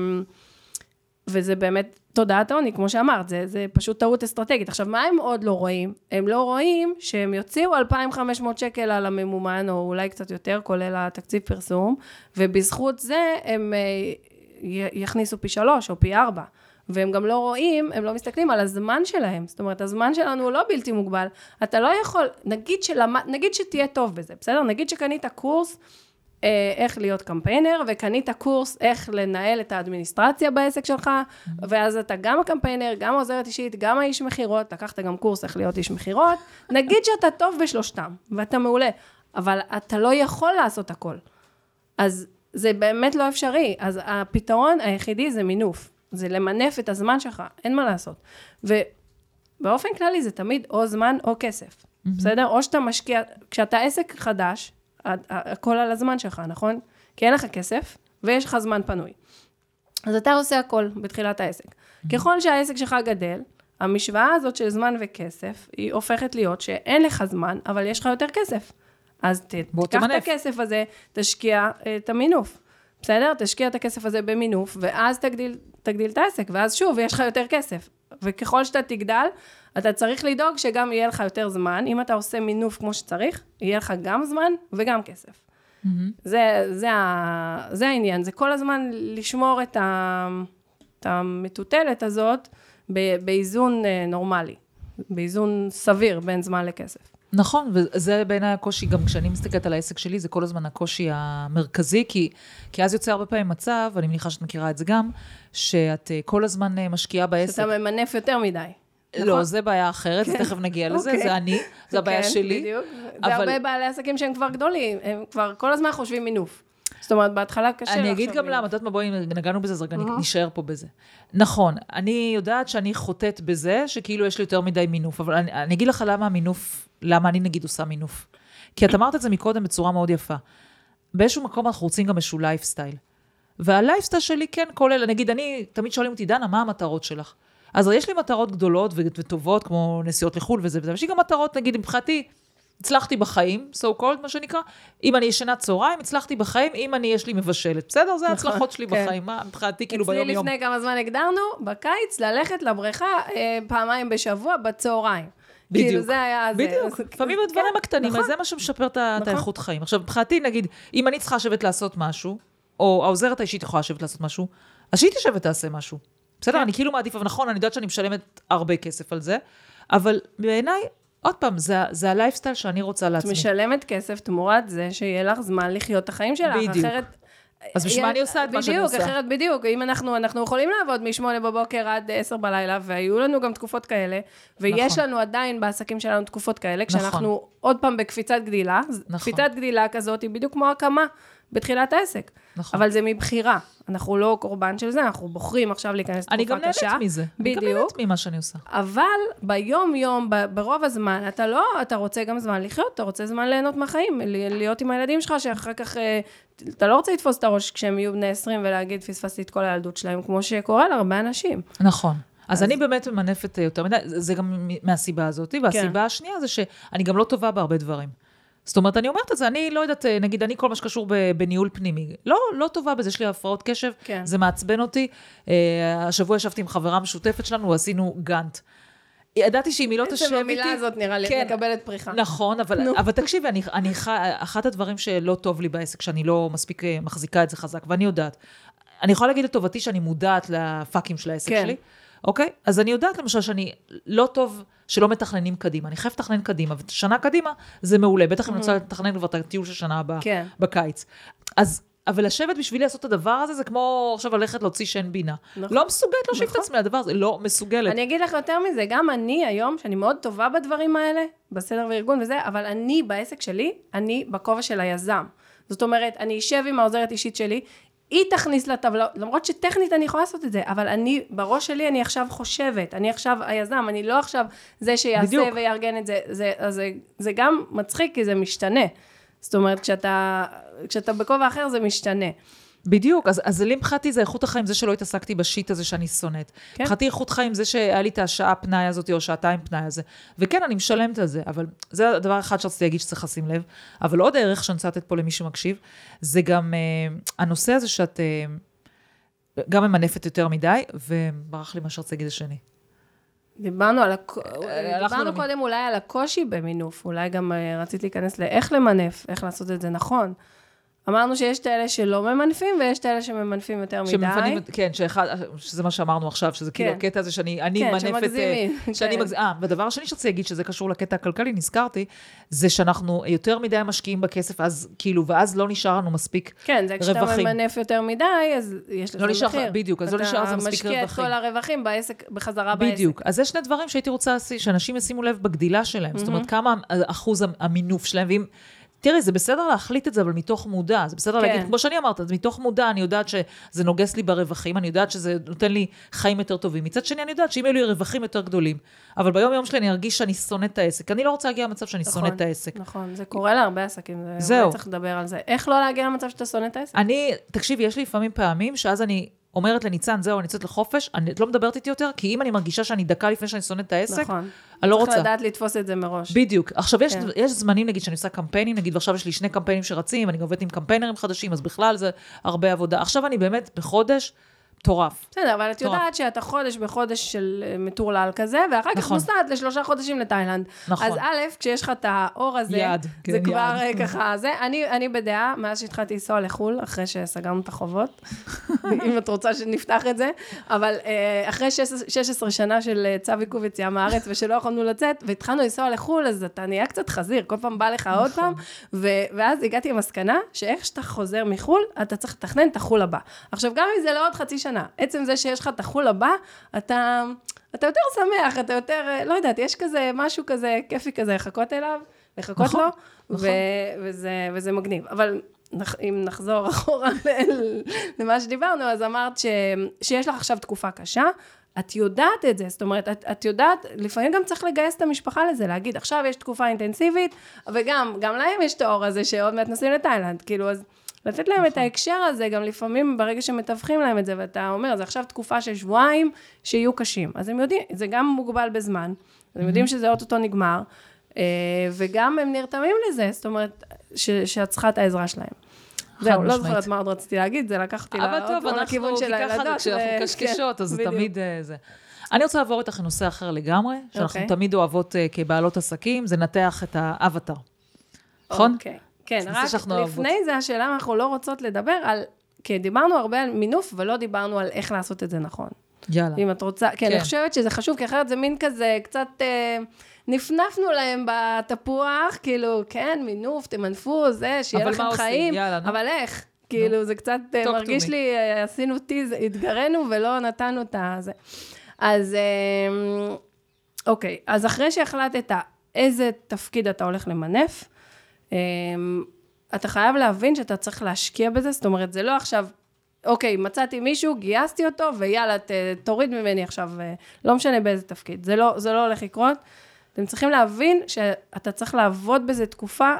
וזה באמת תודעת עוני, כמו שאמרת, זה, זה פשוט טעות אסטרטגית. עכשיו, מה הם עוד לא רואים? הם לא רואים שהם יוציאו אלפיים וחמש מאות שקל על הממומן, או אולי קצת יותר, כולל התקציב פרסום, ובזכות זה הם יכניסו פי שלוש או פי ארבע. והם גם לא רואים, הם לא מסתכלים על הזמן שלהם, זאת אומרת, הזמן שלנו הוא לא בלתי מוגבל, אתה לא יכול, נגיד, שלמה, נגיד שתהיה טוב בזה, בסדר? נגיד שקנית קורס איך להיות קמפיינר, וקנית קורס איך לנהל את האדמיניסטרציה בעסק שלך, ואז אתה גם הקמפיינר, גם עוזרת אישית, גם האיש מחירות, לקחת גם קורס איך להיות איש מחירות, נגיד שאתה טוב בשלושתם, ואתה מעולה, אבל אתה לא יכול לעשות הכל. אז זה באמת לא אפשרי. אז הפתרון היחידי זה מינוף, זה למנף את הזמן שלך, אין מה לעשות. ובאופן כללי זה תמיד או זמן או כסף, בסדר? או שאתה משקיע, כשאתה עסק חדש, הכל על הזמן שלך, נכון? כי אין לך כסף, ויש לך זמן פנוי. אז אתה עושה הכל בתחילת העסק. ככל שהעסק שלך גדל, המשוואה הזאת של זמן וכסף, היא הופכת להיות שאין לך זמן, אבל יש לך יותר כסף. אז תיקח את הכסף הזה, תשקיע את המינוף. בסדר? תשקיע את הכסף הזה במינוף, ואז תגדיל, תגדיל את העסק, ואז שוב, יש לך יותר כסף. וככל שאתה תגדל, אתה צריך לדאוג שגם יהיה לך יותר זמן, אם אתה עושה מינוף כמו שצריך, יהיה לך גם זמן וגם כסף. Mm-hmm. זה, זה, ה, זה העניין, זה כל הזמן לשמור את, ה, את המטוטלת הזאת באיזון נורמלי, באיזון סביר בין זמן לכסף. נכון, וזה בעיניי הקושי, גם כשאני מסתכלת על העסק שלי, זה כל הזמן הקושי המרכזי, כי, כי אז יוצא הרבה פעמים מצב, ואני מניחה שאת מכירה את זה גם, שאת כל הזמן משקיעה בעסק. שאתה ממנף יותר מדי. לא, זה בעיה אחרת, זה תכף נגיע לזה, זה אני, זה הבעיה שלי. בדיוק, זה הרבה בעלי עסקים שהם כבר גדולים, הם כבר כל הזמן חושבים מינוף. זאת אומרת, בהתחלה קשה אני אגיד גם למה, את יודעת מה, בואי נגענו בזה, אז רגע נשאר פה בזה. נכון, אני יודעת שאני חוטאת בזה, שכאילו יש לי יותר מדי מינוף, אבל אני, אני אגיד לך למה המינוף, למה אני נגיד עושה מינוף. כי את אמרת את זה מקודם בצורה מאוד יפה. באיזשהו מקום אנחנו רוצים גם איזשהו לייפסטייל. והלייפסטייל שלי כן כולל, נגיד, אני, תמיד שואלים אותי, דנה, מה המטרות שלך? אז יש לי מטרות גדולות וטובות, כמו נסיעות לחול וזה וזה, ויש לי גם מטרות, נגיד, מבחינתי, הצלחתי בחיים, so called, מה שנקרא, אם אני ישנה צהריים, הצלחתי בחיים, אם אני יש לי מבשלת, בסדר? זה ההצלחות שלי בחיים, מה, מבחינתי, כאילו ביום יום. אצלי לפני כמה זמן הגדרנו, בקיץ, ללכת לבריכה פעמיים בשבוע, בצהריים. בדיוק, כאילו זה היה זה. בדיוק, לפעמים הדברים הקטנים, אז זה מה שמשפר את האיכות חיים. עכשיו, מבחינתי, נגיד, אם אני צריכה לשבת לעשות משהו, או העוזרת האישית יכולה לשבת לעשות משהו, אז שהיא תשבת תעשה משהו. בסדר, אני כאילו מעדיף, אבל נכון, אני יודעת שאני משלמת הרבה כסף על זה, אבל בעיניי, עוד פעם, זה, זה הלייפסטייל שאני רוצה לעצמי. את משלמת כסף תמורת זה שיהיה לך זמן לחיות את החיים שלך. בדיוק. אחרת, אז בשביל מה אני עושה את מה שאני עושה? בדיוק, אחרת בדיוק. אם אנחנו, אנחנו יכולים לעבוד משמונה בבוקר עד עשר בלילה, והיו לנו גם תקופות כאלה, ויש לנו עדיין בעסקים שלנו תקופות כאלה, כשאנחנו עוד פעם בקפיצת גדילה, קפיצת גדילה כזאת היא בדיוק כמו הקמה בתחילת העסק. אבל זה מבחירה. אנחנו לא קורבן של זה, אנחנו בוחרים עכשיו להיכנס תקופה קשה. אני גם נהנית מזה. אני גם נהנית ממה שאני עושה. אבל ביום יום, ברוב הזמן, אתה לא, אתה רוצה גם זמן לחיות, אתה רוצה זמן ליהנות מהחיים, להיות עם הילדים שלך, שאחר כך, אתה לא רוצה לתפוס את הראש כשהם יהיו בני עשרים, ולהגיד, פספסתי את כל הילדות שלהם, כמו שקורה להרבה אנשים. נכון. אז אני באמת ממנפת יותר מדי, זה גם מהסיבה הזאת, והסיבה השנייה זה שאני גם לא טובה בהרבה דברים. זאת אומרת, אני אומרת את זה, אני לא יודעת, נגיד, אני כל מה שקשור בניהול פנימי, לא, לא טובה בזה, יש לי הפרעות קשב, כן. זה מעצבן אותי. השבוע ישבתי עם חברה משותפת שלנו, עשינו גאנט. ידעתי שהיא מילות השם איתי. איזה במילה הזאת נראה לי, כן. מקבלת פריחה. נכון, אבל, אבל תקשיבי, אני, אני, אחת הדברים שלא טוב לי בעסק, שאני לא מספיק מחזיקה את זה חזק, ואני יודעת, אני יכולה להגיד לטובתי שאני מודעת לפאקים של העסק כן. שלי, אוקיי? אז אני יודעת למשל שאני לא טוב שלא מתכננים קדימה. אני חייב לתכנן קדימה, ושנה קדימה זה מעולה. בטח אם אני רוצה לתכנן כבר את הטיול של שנה הבאה בקיץ. אז, אבל לשבת בשבילי לעשות את הדבר הזה, זה כמו עכשיו ללכת להוציא שן בינה. לא מסוגלת להושיב את עצמי לדבר הזה, לא מסוגלת. אני אגיד לך יותר מזה, גם אני היום, שאני מאוד טובה בדברים האלה, בסדר וארגון וזה, אבל אני בעסק שלי, אני בכובע של היזם. זאת אומרת, אני אשב עם העוזרת אישית שלי, היא תכניס לטבלה, למרות שטכנית אני יכולה לעשות את זה, אבל אני, בראש שלי אני עכשיו חושבת, אני עכשיו היזם, אני לא עכשיו זה שיעשה בדיוק. ויארגן את זה, זה, זה, זה גם מצחיק, כי זה משתנה. זאת אומרת, כשאתה, כשאתה בכובע אחר זה משתנה. בדיוק, אז, אז לי מבחינתי זה איכות החיים, זה שלא התעסקתי בשיט הזה שאני שונאת. כן. מבחינתי איכות חיים, זה שהיה לי את השעה פנאי הזאת, או שעתיים פנאי הזה. וכן, אני משלמת על זה, אבל זה הדבר אחד שרציתי להגיד שצריך לשים לב. אבל עוד ערך שאני נצאת פה למי שמקשיב, זה גם אה, הנושא הזה שאת אה, גם ממנפת יותר מדי, וברח לי מה שרציתי להגיד השני. דיברנו, על הק... דיברנו קודם אולי על הקושי במינוף, אולי גם רצית להיכנס לאיך למנף, איך לעשות את זה נכון. אמרנו שיש את האלה שלא ממנפים, ויש את האלה שממנפים יותר מדי. שמפנים, כן, שאחד, שזה מה שאמרנו עכשיו, שזה כאילו הקטע הזה שאני אני כן, מנפת... שמגזימים. שאני מגז... אה, והדבר השני שרציתי להגיד, שזה קשור לקטע הכלכלי, נזכרתי, זה שאנחנו יותר מדי משקיעים בכסף, אז כאילו, ואז לא נשאר לנו מספיק רווחים. כן, זה כשאתה ממנף יותר מדי, אז יש לזה נשאר, מחיר. בדיוק, אז לא נשאר זה מספיק רווחים. אתה משקיע את כל הרווחים בעסק, בחזרה בעסק. בדיוק, אז יש שני דברים שהייתי רוצה שאנשים ישימו לב בגדילה שלהם, זאת אומרת, כמה אחוז המינוף שלהם, ואם תראי, זה בסדר להחליט את זה, אבל מתוך מודע, זה בסדר כן. להגיד, כמו שאני אמרת, אז מתוך מודע, אני יודעת שזה נוגס לי ברווחים, אני יודעת שזה נותן לי חיים יותר טובים, מצד שני אני יודעת שאם יהיו לי רווחים יותר גדולים, אבל ביום יום שלי אני ארגיש שאני שונא את העסק, אני לא רוצה להגיע למצב שאני נכון, שונא את העסק. נכון, זה קורה להרבה עסקים, זה זהו. צריך לדבר על זה. איך לא להגיע למצב שאתה שונא את העסק? אני, תקשיב, יש לי לפעמים פעמים, שאז אני אומרת לניצן, זהו, אני יוצאת לחופש, אני לא מדברת איתי יותר, כי אם אני מרגישה שאני דקה לפני שאני שונאת את העסק, נכון. אני לא רוצה. צריך לדעת לתפוס את זה מראש. בדיוק. עכשיו, יש, כן. יש זמנים, נגיד, שאני עושה קמפיינים, נגיד, ועכשיו יש לי שני קמפיינים שרצים, אני עובדת עם קמפיינרים חדשים, אז בכלל זה הרבה עבודה. עכשיו אני באמת בחודש מטורף. בסדר, אבל את יודעת שאתה חודש בחודש של מטורלל כזה, ואחר כך נכון. נוסעת לשלושה חודשים לתאילנד. נכון. אז א', כשיש לך את האור הזה, יד, זה כן, כבר יד. ככה, זה, אני, אני בדעה, מאז שהתחלתי לנסוע לחול, אחרי שסגרנו את החובות, אם את רוצה שנפתח את זה, אבל אחרי שש עשרה שנה של צו עיכוב יציאה מהארץ, ושלא יכולנו לצאת, והתחלנו לנסוע לחול, אז אתה נהיה קצת חזיר, כל פעם בא לך עוד פעם, ו- ואז הגעתי למסקנה, שאיך שאתה חוזר מחול, אתה צריך לתכנן את החול הבא. עכשיו, גם אם זה לא עוד חצי שנה, עצם זה שיש לך את החול הבא, אתה, אתה יותר שמח, אתה יותר, לא יודעת, יש כזה, משהו כזה, כיפי כזה, לחכות אליו, לחכות נכון, לו, נכון. ו- וזה, וזה מגניב. אבל אם נחזור אחורה למה שדיברנו, אז אמרת ש- שיש לך עכשיו תקופה קשה, את יודעת את זה, זאת אומרת, את, את יודעת, לפעמים גם צריך לגייס את המשפחה לזה, להגיד, עכשיו יש תקופה אינטנסיבית, וגם, גם להם יש את האור הזה, שעוד מעט נסעים לתאילנד, כאילו, אז לתת להם את ההקשר הזה, גם לפעמים ברגע שמתווכים להם את זה, ואתה אומר, זה עכשיו תקופה של שבועיים שיהיו קשים. אז הם יודעים, זה גם מוגבל בזמן, הם יודעים שזה אוטוטו נגמר, וגם הם נרתמים לזה, זאת אומרת, שאת צריכה את העזרה שלהם. זהו, לא זוכרת מה עוד רציתי להגיד, זה לקחתי לעוד פעם לכיוון של הילדות. אבל טוב, כשאנחנו קשקשות, אז זה תמיד זה. אני רוצה לעבור איתך לנושא אחר לגמרי, שאנחנו תמיד אוהבות כבעלות עסקים, זה נתח את האבטר. נכון? אוקיי. כן, רק לפני זה השאלה, אנחנו לא רוצות לדבר על, כי דיברנו הרבה על מינוף, ולא דיברנו על איך לעשות את זה נכון. יאללה. אם את רוצה, כן, אני חושבת שזה חשוב, כי אחרת זה מין כזה, קצת נפנפנו להם בתפוח, כאילו, כן, מינוף, תמנפו, זה, שיהיה לכם חיים, אבל איך? כאילו, זה קצת מרגיש לי, עשינו טיז, התגרנו ולא נתנו את זה. אז, אוקיי, אז אחרי שהחלטת איזה תפקיד אתה הולך למנף, אתה חייב להבין שאתה צריך להשקיע בזה, זאת אומרת, זה לא עכשיו, אוקיי, מצאתי מישהו, גייסתי אותו, ויאללה, תוריד ממני עכשיו, לא משנה באיזה תפקיד, זה לא, זה לא הולך לקרות. אתם צריכים להבין שאתה צריך לעבוד בזה תקופה,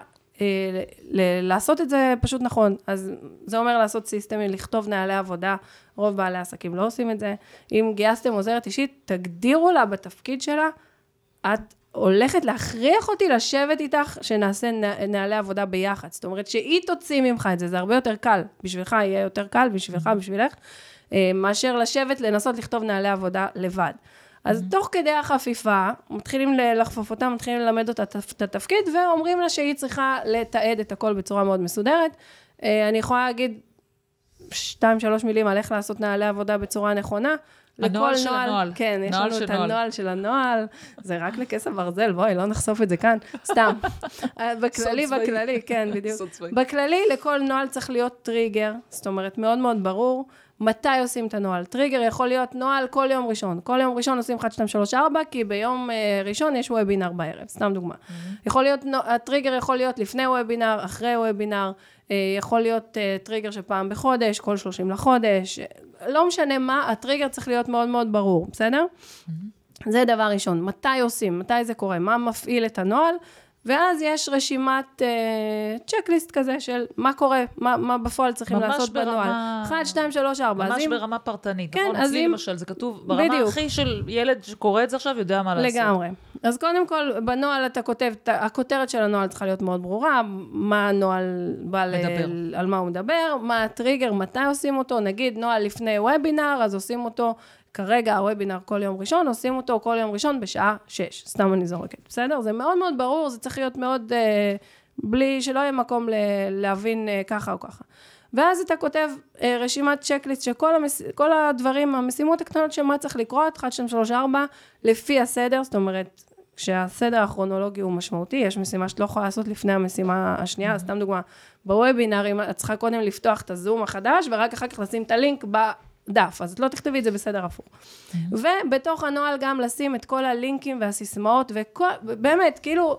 לעשות את זה פשוט נכון. אז זה אומר לעשות סיסטמי, לכתוב נעלי עבודה, רוב בעלי עסקים לא עושים את זה. אם גייסתם עוזרת אישית, תגדירו לה בתפקיד שלה, את הולכת להכריח אותי לשבת איתך, שנעשה נעלי עבודה ביחד. זאת אומרת, שהיא תוציא ממך את זה, זה הרבה יותר קל. בשבילך יהיה יותר קל, בשבילך, בשבילך, מאשר לשבת, לנסות לכתוב נעלי עבודה לבד. אז תוך כדי החפיפה, מתחילים לחפוף אותה, מתחילים ללמד אותה את התפקיד, ואומרים לה שהיא צריכה לתעד את הכל בצורה מאוד מסודרת. אני יכולה להגיד שתיים, שלוש מילים על איך לעשות נעלי עבודה בצורה נכונה. הנועל של הנועל. כן, יש לנו את הנועל של הנועל, זה רק לכסף ברזל, בואי, לא נחשוף את זה כאן, סתם. בכללי, בכללי, כן, בדיוק. בכללי, לכל נועל צריך להיות טריגר, זאת אומרת, מאוד מאוד ברור, מתי עושים את הנועל. טריגר יכול להיות נועל כל יום ראשון. כל יום ראשון עושים אחת, שתיים, שלוש, ארבע, כי ביום ראשון יש וובינר בערב, סתם דוגמה. יכול להיות, הטריגר יכול להיות לפני וובינר, אחרי וובינר, יכול להיות טריגר שפעם בחודש, כל שלושים לחודש, לא משנה מה, הטריגר צריך להיות מאוד מאוד ברור, בסדר? זה דבר ראשון, מתי עושים, מתי זה קורה, מה מפעיל את הנועל, ואז יש רשימת צ'קליסט כזה של מה קורה, מה בפועל צריכים לעשות בנועל. אחת, שתיים, שלוש, ארבע. ממש ברמה פרטנית, נכון? אצלי למשל, זה כתוב ברמה הכי של ילד שקורא את זה עכשיו, יודע מה לעשות. לגמרי. אז קודם כל, בנועל אתה כותב, הכותרת של הנועל צריכה להיות מאוד ברורה, מה הנועל בא על מה הוא מדבר, מה הטריגר, מתי עושים אותו, נגיד נועל לפני וובינר, אז עושים אותו, כרגע הוובינר כל יום ראשון, עושים אותו כל יום ראשון בשעה שש, סתם אני זורקת, בסדר? זה מאוד מאוד ברור, זה צריך להיות מאוד, בלי שלא יהיה מקום להבין ככה או ככה. ואז אתה כותב רשימת צ'קליסט שכל המס... כל הדברים, המשימות הקטנות של מה צריך לקרות, אחת, שתיים, שלוש, ארבע, לפי הסדר, זאת אומרת, שהסדר הכרונולוגי הוא משמעותי, יש משימה שאת לא יכולה לעשות לפני המשימה השנייה, אז סתם דוגמה, בוובינרים את צריכה קודם לפתוח את הזום החדש, ורק אחר כך לשים את הלינק בדף, אז את לא תכתבי את זה בסדר הפוך. ובתוך הנוהל גם לשים את כל הלינקים והסיסמאות, ובאמת, כאילו,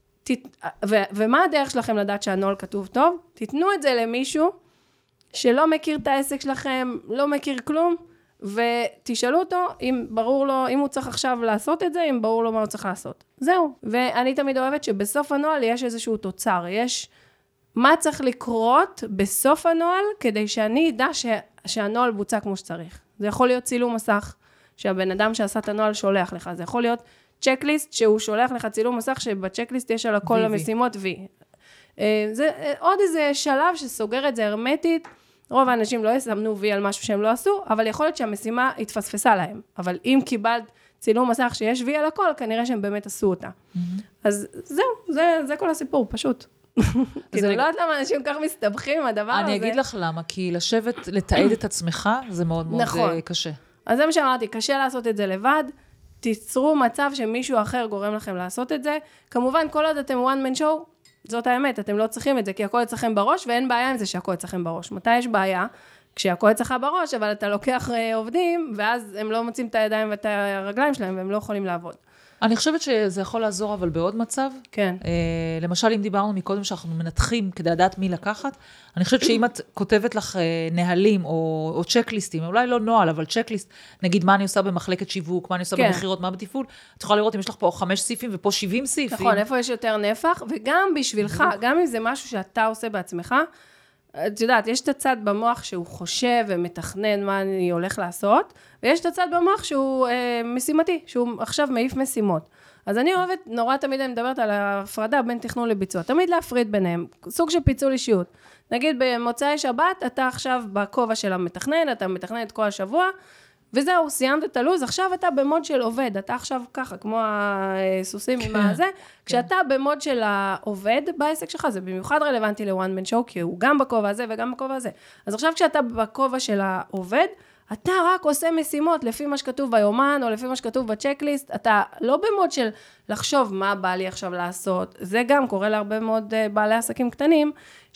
ומה הדרך שלכם לדעת שהנוהל כתוב טוב? תיתנו את זה למישהו שלא מכיר את העסק שלכם, לא מכיר כלום, ותשאלו אותו אם ברור לו, אם הוא צריך עכשיו לעשות את זה, אם ברור לו מה הוא צריך לעשות. זהו. ואני תמיד אוהבת שבסוף הנוהל יש איזשהו תוצר, יש מה צריך לקרות בסוף הנוהל, כדי שאני אדע ש... שהנוהל בוצע כמו שצריך. זה יכול להיות צילום מסך, שהבן אדם שעשה את הנוהל שולח לך, זה יכול להיות צ'קליסט, שהוא שולח לך צילום מסך, שבצ'קליסט יש על הכל המשימות וי. זה עוד איזה שלב שסוגר את זה הרמטית, רוב האנשים לא יסמנו וי על משהו שהם לא עשו, אבל יכול להיות שהמשימה התפספסה להם. אבל אם קיבלת צילום מסך שיש וי על הכל, כנראה שהם באמת עשו אותה. אז זהו, זה, זה כל הסיפור, פשוט. כי אני לא יודעת למה אנשים כך מסתבכים עם הדבר הזה. אני אגיד לך למה, כי לשבת, לתעד את עצמך, זה מאוד מאוד קשה. אז זה מה שאמרתי, קשה לעשות את זה לבד, תיצרו מצב שמישהו אחר גורם לכם לעשות את זה. כמובן, כל עוד אתם one man show, זאת האמת, אתם לא צריכים את זה, כי הכל אצלכם בראש, ואין בעיה עם זה שהכל אצלכם בראש. מתי יש בעיה? כשהכל אצלך בראש, אבל אתה לוקח עובדים, ואז הם לא מוצאים את הידיים ואת הרגליים שלהם, והם לא יכולים לעבוד. אני חושבת שזה יכול לעזור, אבל בעוד מצב. כן. אה, למשל, אם דיברנו מקודם שאנחנו מנתחים כדי לדעת מי לקחת, אני חושבת שאם את כותבת לך אה, נהלים או, או צ'קליסטים, אולי לא נוהל, אבל צ'קליסט, נגיד מה אני עושה במחלקת שיווק, מה אני עושה כן. במחירות, מה בתפעול, את יכולה לראות אם יש לך פה חמש סעיפים ופה שבעים סעיפים. נכון, איפה יש יותר נפח, וגם בשבילך, גם אם זה משהו שאתה עושה בעצמך, את יודעת, יש את הצד במוח שהוא חושב ומתכנן מה אני הולך לעשות, ויש את הצד במוח שהוא אה, משימתי, שהוא עכשיו מעיף משימות. אז אני אוהבת, נורא תמיד אני מדברת על ההפרדה בין תכנון לביצוע, תמיד להפריד ביניהם, סוג של פיצול אישיות. נגיד במוצאי שבת, אתה עכשיו בכובע של המתכנן, אתה מתכנן את כל השבוע, וזהו, סיימת את הלוז, עכשיו אתה במוד של עובד, אתה עכשיו ככה, כמו הסוסים עם הזה, כשאתה במוד של העובד בעסק שלך, זה במיוחד רלוונטי לוואן מן שואו, כי הוא גם בכובע הזה וגם בכובע הזה. אז עכשיו כשאתה בכובע של העובד, אתה רק עושה משימות לפי מה שכתוב ביומן, או לפי מה שכתוב בצ'קליסט, אתה לא במוד של לחשוב מה בא לי עכשיו לעשות, זה גם קורה להרבה מאוד בעלי עסקים קטנים,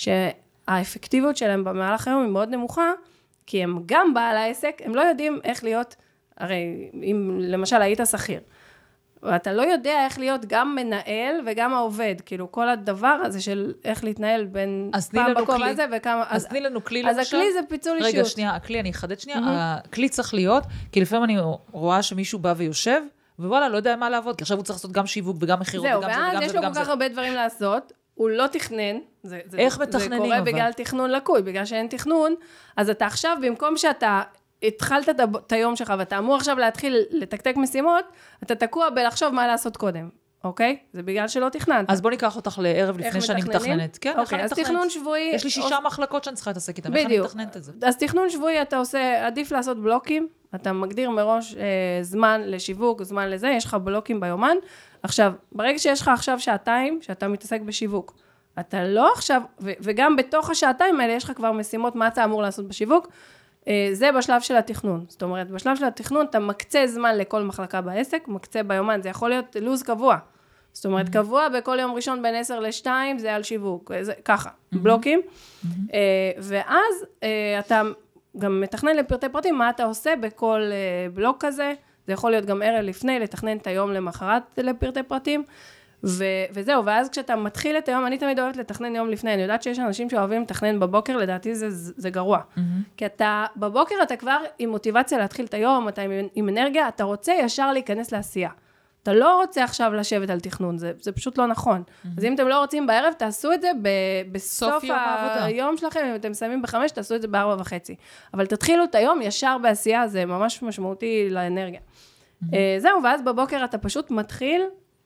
שהאפקטיביות שלהם במהלך היום היא מאוד נמוכה, כי הם גם בעל העסק, הם לא יודעים איך להיות, הרי אם למשל היית שכיר, ואתה לא יודע איך להיות גם מנהל וגם העובד, כאילו כל הדבר הזה של איך להתנהל בין פעם בכובע הזה וכמה... אז תני לנו כלי למשל. אז הכלי זה פיצול אישיות. רגע, שנייה, הכלי, אני אחדד שנייה, הכלי צריך להיות, כי לפעמים אני רואה שמישהו בא ויושב, ווואלה, לא יודע מה לעבוד, כי עכשיו הוא צריך לעשות גם שיווק וגם מחירות וגם זה וגם זה. זהו, ואז יש לו כל כך הרבה דברים לעשות, הוא לא תכנן, זה, זה, איך מתכננים אבל? זה קורה בגלל תכנון לקוי, בגלל שאין תכנון, אז אתה עכשיו, במקום שאתה התחלת את היום שלך, ואתה אמור עכשיו להתחיל לתקתק משימות, אתה תקוע בלחשוב מה לעשות קודם, אוקיי? זה בגלל שלא תכננת. אז בוא ניקח אותך לערב לפני שאני מתכננת. כן, אוקיי, אז תכנון שבועי... יש לי שישה מחלקות שאני צריכה להתעסק איתם, איך אני מתכננת את זה? אז תכנון שבועי אתה עושה, עדיף לעשות בלוקים, אתה מגדיר מראש אה, זמן לשיווק, זמן לזה, יש לך בלוקים ביומן. עכשיו, ברגע שיש לך עכשיו שעתיים, שאתה מתעסק בשיווק, אתה לא עכשיו, ו- וגם בתוך השעתיים האלה, יש לך כבר משימות מה אתה אמור לעשות בשיווק, אה, זה בשלב של התכנון. זאת אומרת, בשלב של התכנון, אתה מקצה זמן לכל מחלקה בעסק, מקצה ביומן, זה יכול להיות לוז קבוע. זאת אומרת, mm-hmm. קבוע בכל יום ראשון בין עשר לשתיים, זה על שיווק, זה, ככה, mm-hmm. בלוקים. Mm-hmm. אה, ואז אה, אתה גם מתכנן לפרטי פרטים, מה אתה עושה בכל אה, בלוק כזה, זה יכול להיות גם ערב לפני, לתכנן את היום למחרת לפרטי פרטים, ו- וזהו, ואז כשאתה מתחיל את היום, אני תמיד אוהבת לתכנן יום לפני, אני יודעת שיש אנשים שאוהבים לתכנן בבוקר, לדעתי זה, זה גרוע. Mm-hmm. כי אתה, בבוקר אתה כבר עם מוטיבציה להתחיל את היום, אתה עם, עם אנרגיה, אתה רוצה ישר להיכנס לעשייה. אתה לא רוצה עכשיו לשבת על תכנון, זה, זה פשוט לא נכון. Mm-hmm. אז אם אתם לא רוצים בערב, תעשו את זה ב- בסוף יום העבודה. היום שלכם, אם אתם שמים בחמש, תעשו את זה בארבע וחצי. אבל תתחילו את היום ישר בעשייה, זה ממש משמעותי לאנרגיה. Mm-hmm. זהו, ואז בבוקר אתה פשוט מתחיל,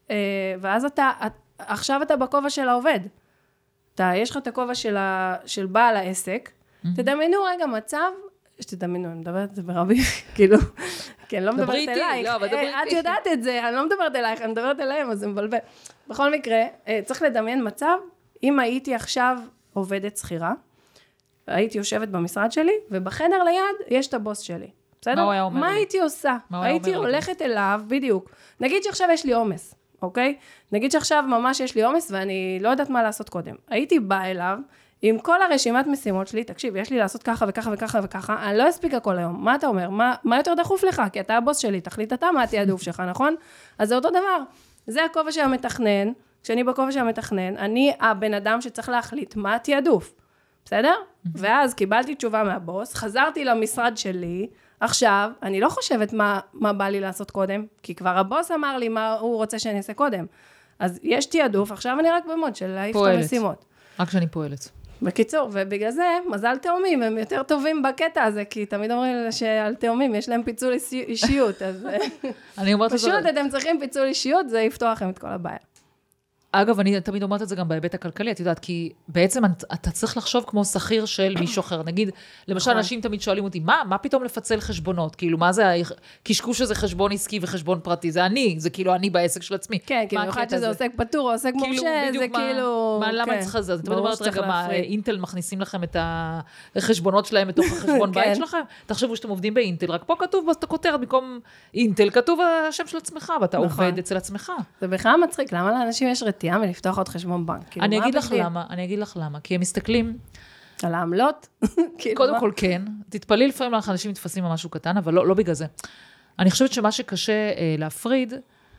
ואז אתה, עכשיו אתה בכובע של העובד. אתה, יש לך את הכובע של, ה, של בעל העסק, mm-hmm. תדמיינו רגע מצב, שתדמיינו, אני מדברת את זה ברבי, כאילו, כי אני לא מדברת אלייך. לא, את יודעת את זה, אני לא מדברת אלייך, אני מדברת אליהם, אז זה מבלבל. בכל מקרה, צריך לדמיין מצב, אם הייתי עכשיו עובדת שכירה, הייתי יושבת במשרד שלי, ובחדר ליד יש את הבוס שלי. בסדר? מה הוא היה אומר מה לי? הייתי עושה? הייתי הולכת אליו, בדיוק. נגיד שעכשיו יש לי עומס, אוקיי? נגיד שעכשיו ממש יש לי עומס, ואני לא יודעת מה לעשות קודם. הייתי באה אליו, עם כל הרשימת משימות שלי, תקשיב, יש לי לעשות ככה וככה וככה וככה, אני לא אספיק הכל היום. מה אתה אומר? מה, מה יותר דחוף לך? כי אתה הבוס שלי, תחליט אתה מה התיעדוף שלך, נכון? אז זה אותו דבר. זה הכובע של המתכנן, כשאני בכובע של המתכנן, אני הבן אדם שצריך להחליט מה התיעדוף. בסדר? ואז קיבלתי תשובה מהבוס, חזרתי למשרד שלי, עכשיו, אני לא חושבת מה, מה בא לי לעשות קודם, כי כבר הבוס אמר לי מה הוא רוצה שאני אעשה קודם. אז יש תיעדוף, עכשיו אני רק במוד של להעיף את המשימות. רק שאני פועלת. בקיצור, ובגלל זה, מזל תאומים, הם יותר טובים בקטע הזה, כי תמיד אומרים שעל תאומים יש להם פיצול אישיות, אז אני אומרת פשוט אתם צריכים פיצול אישיות, זה יפתוח לכם את כל הבעיה. אגב, אני תמיד אומרת את זה גם בהיבט הכלכלי, את יודעת, כי בעצם אתה צריך לחשוב כמו שכיר של מישהו אחר. נגיד, למשל, אנשים תמיד שואלים אותי, מה, מה פתאום לפצל חשבונות? כאילו, מה זה קשקוש הזה חשבון עסקי וחשבון פרטי? זה אני, זה כאילו אני בעסק של עצמי. כן, כאילו, במיוחד שזה עוסק פטור או עוסק מורשה, זה כאילו... למה אני צריכה זה? אז תמיד אומרת, רגע, מה, אינטל מכניסים לכם את החשבונות שלהם בתוך החשבון בית שלכם? תחשבו שאתם עובדים באינטל, רק פה כתוב בכותרת, במקום אינטל, כתוב השם של עצמך, ואתה עובד אצל עצמך. זה בכלל מצחיק, למה לאנשים יש רתיעה מלפתוח עוד חשבון בנק? אני אגיד לך למה, אני אגיד לך למה, כי הם מסתכלים על העמלות? קודם כל כן, תתפלאי לפעמים לך אנשים מתפסים על משהו קטן, אבל לא בגלל זה. אני חושבת שמה שקשה להפריד,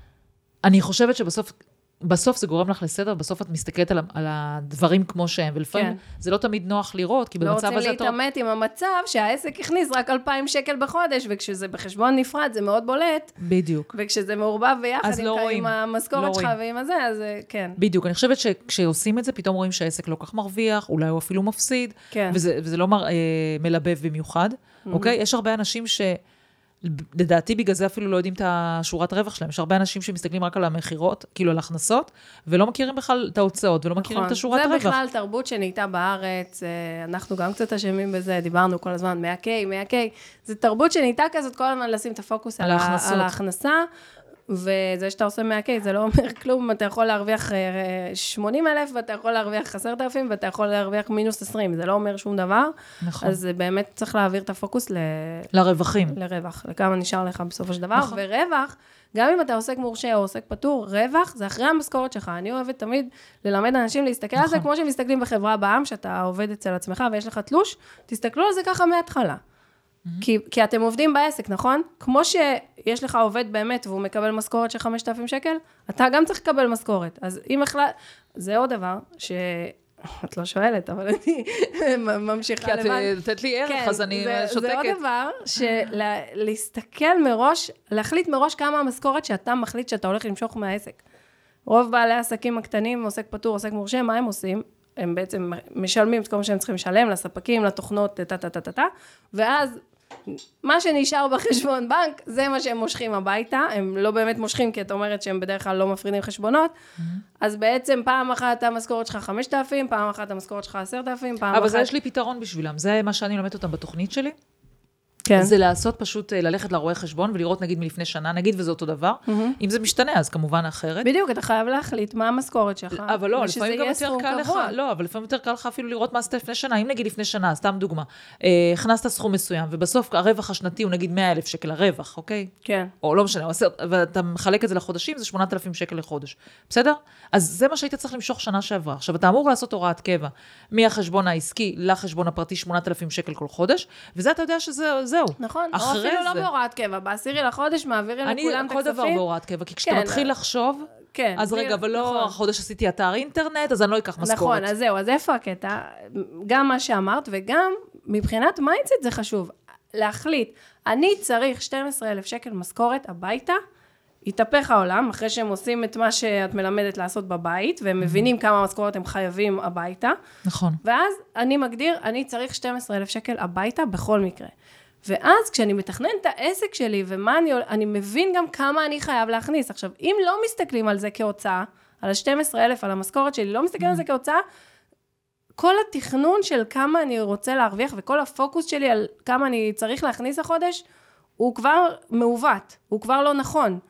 אני חושבת שבסוף בסוף זה גורם לך לסדר, בסוף את מסתכלת על, על הדברים כמו שהם, ולפעמים כן. זה לא תמיד נוח לראות, כי במצב הזה... לא רוצים להתאמת עם המצב שהעסק הכניס רק אלפיים שקל בחודש, וכשזה בחשבון נפרד זה מאוד בולט. בדיוק. וכשזה מעורבב ביחד עם, לא עם המשכורת לא שלך רואים. ועם הזה, אז כן. בדיוק, אני חושבת שכשעושים את זה, פתאום רואים שהעסק לא כך מרוויח, אולי הוא אפילו מפסיד, כן. וזה, וזה לא מר, אה, מלבב במיוחד, mm-hmm. אוקיי? יש הרבה אנשים ש... לדעתי בגלל זה אפילו לא יודעים את השורת רווח שלהם. יש הרבה אנשים שמסתכלים רק על המחירות, כאילו על הכנסות, ולא מכירים בכלל את ההוצאות, ולא מכירים את השורת רווח. זה בכלל תרבות שנהייתה בארץ, אנחנו גם קצת אשמים בזה, דיברנו כל הזמן, מאה קיי, מאה קיי, זה תרבות שנהייתה כזאת כל הזמן לשים את הפוקוס על ההכנסה, וזה שאתה עושה מאה קיי, זה לא אומר כלום, אתה יכול להרוויח שמונים אלף, ואתה יכול להרוויח עשרת אלפים, ואתה יכול להרוויח מינוס עשרים, זה לא אומר שום דבר. נכון. אז באמת צריך להעביר את הפוקוס ל... לרווחים. לרווח, לכמה נשאר לך בסופו של דבר. נכון. ורווח, גם אם אתה עוסק מורשה או עוסק פטור, רווח זה אחרי המשכורת שלך. אני אוהבת תמיד ללמד אנשים להסתכל נכון. על זה, כמו שמסתכלים בחברה בעם, שאתה עובד אצל עצמך ויש לך תלוש, תסתכלו על זה ככה מההתחלה. כי, כי אתם עובדים בעסק, נכון? כמו שיש לך עובד באמת, והוא מקבל משכורת של חמשת אלפים שקל, אתה גם צריך לקבל משכורת. אז אם החלט... זה עוד דבר ש... את לא שואלת, אבל אני ממשיכה לבד. כי את נותנת לי ערך, אז אני שותקת. זה עוד דבר, שלהסתכל מראש, להחליט מראש כמה המשכורת שאתה מחליט שאתה הולך למשוך מהעסק. רוב בעלי העסקים הקטנים, עוסק פטור, עוסק מורשה, מה הם עושים? הם בעצם משלמים את כל מה שהם צריכים לשלם, לספקים, לתוכנות, טה-טה-טה-טה, ואז מה שנשאר בחשבון בנק, זה מה שהם מושכים הביתה, הם לא באמת מושכים, כי את אומרת שהם בדרך כלל לא מפרידים חשבונות, אז בעצם פעם אחת המשכורת שלך חמשת אלפים, פעם אחת המשכורת שלך עשרת אלפים, פעם אחת... אבל זה יש לי פתרון בשבילם, זה מה שאני לומדת אותם בתוכנית שלי, כן. זה לעשות פשוט, ללכת לרואה חשבון, ולראות נגיד מלפני שנה, נגיד וזה אותו דבר, mm-hmm. אם זה משתנה, אז כמובן אחרת. בדיוק, אתה חייב להחליט מה המשכורת שלך. אבל לא, לפעמים גם יותר קל לך, לא, אבל לפעמים יותר קל לך אפילו לראות מה עשית לפני שנה, אם נגיד לפני שנה, סתם דוגמה, אה, הכנסת סכום מסוים, ובסוף הרווח השנתי הוא נגיד מאה אלף שקל הרווח, אוקיי? כן. או לא משנה, ואתה מחלק את זה לחודשים, זה שמונת אלפים שקל לחודש. בסדר? אז זה מה שהיית צריך למשוך שנה שעברה. עכשיו, אתה אמור לעשות הוראת קבע, מהחשבון העסקי לחשבון הפרטי שמונת אלפים שקל כל חודש, וזה אתה יודע שזהו. נכון. או אפילו לא בהוראת קבע, בעשירי לחודש מעבירים לכולם את הכספים. אני כל דבר בהוראת קבע, כי כשאתה מתחיל לחשוב, אז רגע, אבל לא, החודש עשיתי אתר אינטרנט, אז אני לא אקח משכורת. נכון, אז זהו, אז איפה הקטע? גם מה שאמרת, וגם מבחינת מיינדסט זה חשוב, להחליט, אני צריך שנים עשר אלף שקל משכורת הביתה, יתהפך העולם, אחרי שהם עושים את מה שאת מלמדת לעשות בבית, והם מבינים כמה משכורת הם חייבים הביתה. נכון. ואז אני מגדיר, אני צריך שנים עשר אלף שקל הביתה בכל מקרה. ואז כשאני מתכנן את העסק שלי, ומה אני, אני מבין גם כמה אני חייב להכניס. עכשיו, אם לא מסתכלים על זה כהוצאה, על ה-שנים עשר אלף, על המשכורת שלי, לא מסתכלים על זה כהוצאה, כל התכנון של כמה אני רוצה להרוויח, וכל הפוקוס שלי על כמה אני צריך להכניס החודש, הוא כבר מעוות, הוא כבר לא נכון.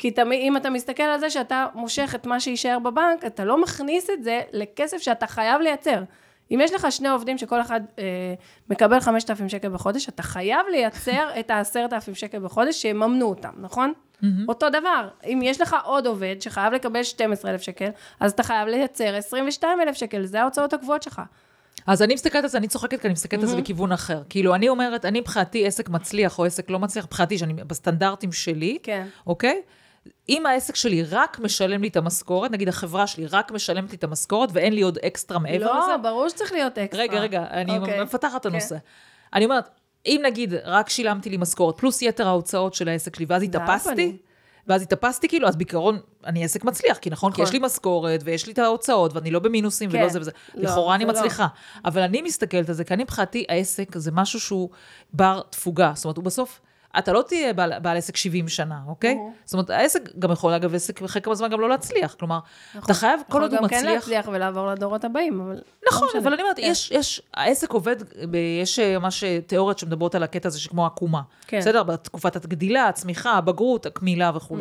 כי תמיד, אם אתה מסתכל על זה שאתה מושך את מה שישאר בבנק, אתה לא מכניס את זה לכסף שאתה חייב לייצר. אם יש לך שני עובדים שכל אחד אה, מקבל חמשת אלפים שקל בחודש, אתה חייב לייצר את ה-עשרת אלפים שקל בחודש שיממנו אותם, נכון? Mm-hmm. אותו דבר, אם יש לך עוד עובד שחייב לקבל שנים עשר אלף שקל, אז אתה חייב לייצר עשרים ושניים אלף שקל, זה ההוצאות הקבועות שלך. אז אני מסתכלת על זה, אני צוחקת, כי אני מסתכלת על זה בכיוון אחר. כאילו, אני אומרת, אני מבחינתי עסק מצליח או עסק לא מצליח, מבחינתי שאני בסטנדרטים שלי, אוקיי? אם העסק שלי רק משלם לי את המשכורת, נגיד החברה שלי רק משלמת לי את המשכורת, ואין לי עוד אקסטרה מעבר לזה. לא, ברור שצריך להיות אקסטרה. רגע, רגע, אני מפתחת את הנושא. אני אומרת, אם נגיד רק שילמתי לי משכורת, פלוס יתר ההוצאות של העסק שלי, ואז התאפסתי, ואז התאפסתי כאילו, אז בעיקרון אני עסק מצליח, כי נכון, כי יש לי משכורת, ויש לי את ההוצאות, ואני לא במינוסים, ולא זה וזה. לכאורה אני מצליחה. אבל אני מסתכלת על זה, כי אני מבחינתי, העסק זה משהו שהוא בר תפוגה. זאת אומרת, הוא בסוף, אתה לא תהיה בעל, בעל עסק שבעים שנה, אוקיי? זאת אומרת, העסק גם יכול, אגב, עסק אחרי כמה זמן גם לא להצליח. כלומר, אתה חייב כל עוד הוא מצליח. יכול גם כן להצליח ולעבור לדורות הבאים, אבל... נכון, אבל אני אומרת, יש, יש, העסק עובד, יש ממש תיאוריות שמדברות על הקטע הזה שכמו עקומה. בסדר? בתקופת הגדילה, הצמיחה, הבגרות, הקמילה וכו'.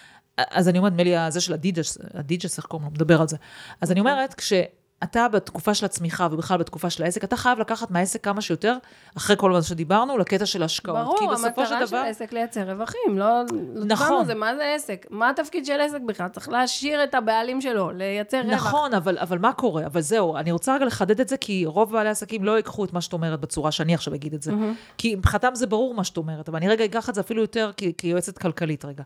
אז אני אומרת, מלי, זה של הדיג'ס, הדיג'ס, איך קוראים לו, מדבר על זה. אז אני אומרת, כשאתה בתקופה של הצמיחה, ובכלל בתקופה של העסק, אתה חייב לקחת מהעסק כמה שיותר, אחרי כל מה שדיברנו, לקטע של השקעות. ברור, המטרה של העסק לייצר רווחים, לא דיברנו זה, מה זה עסק? מה התפקיד של עסק בכלל? צריך להשאיר את הבעלים שלו, לייצר רווח. נכון, אבל מה קורה? אבל זהו, אני רוצה רגע לחדד את זה, כי רוב בעלי העסקים לא ייקחו את מה שאת אומרת בצורה שאני עכשיו אגיד את זה. כי מבחינתם זה ברור מה שאת אומרת, אבל אני רגע אקח את זה אפילו יותר כיועצת כלכלית רגע.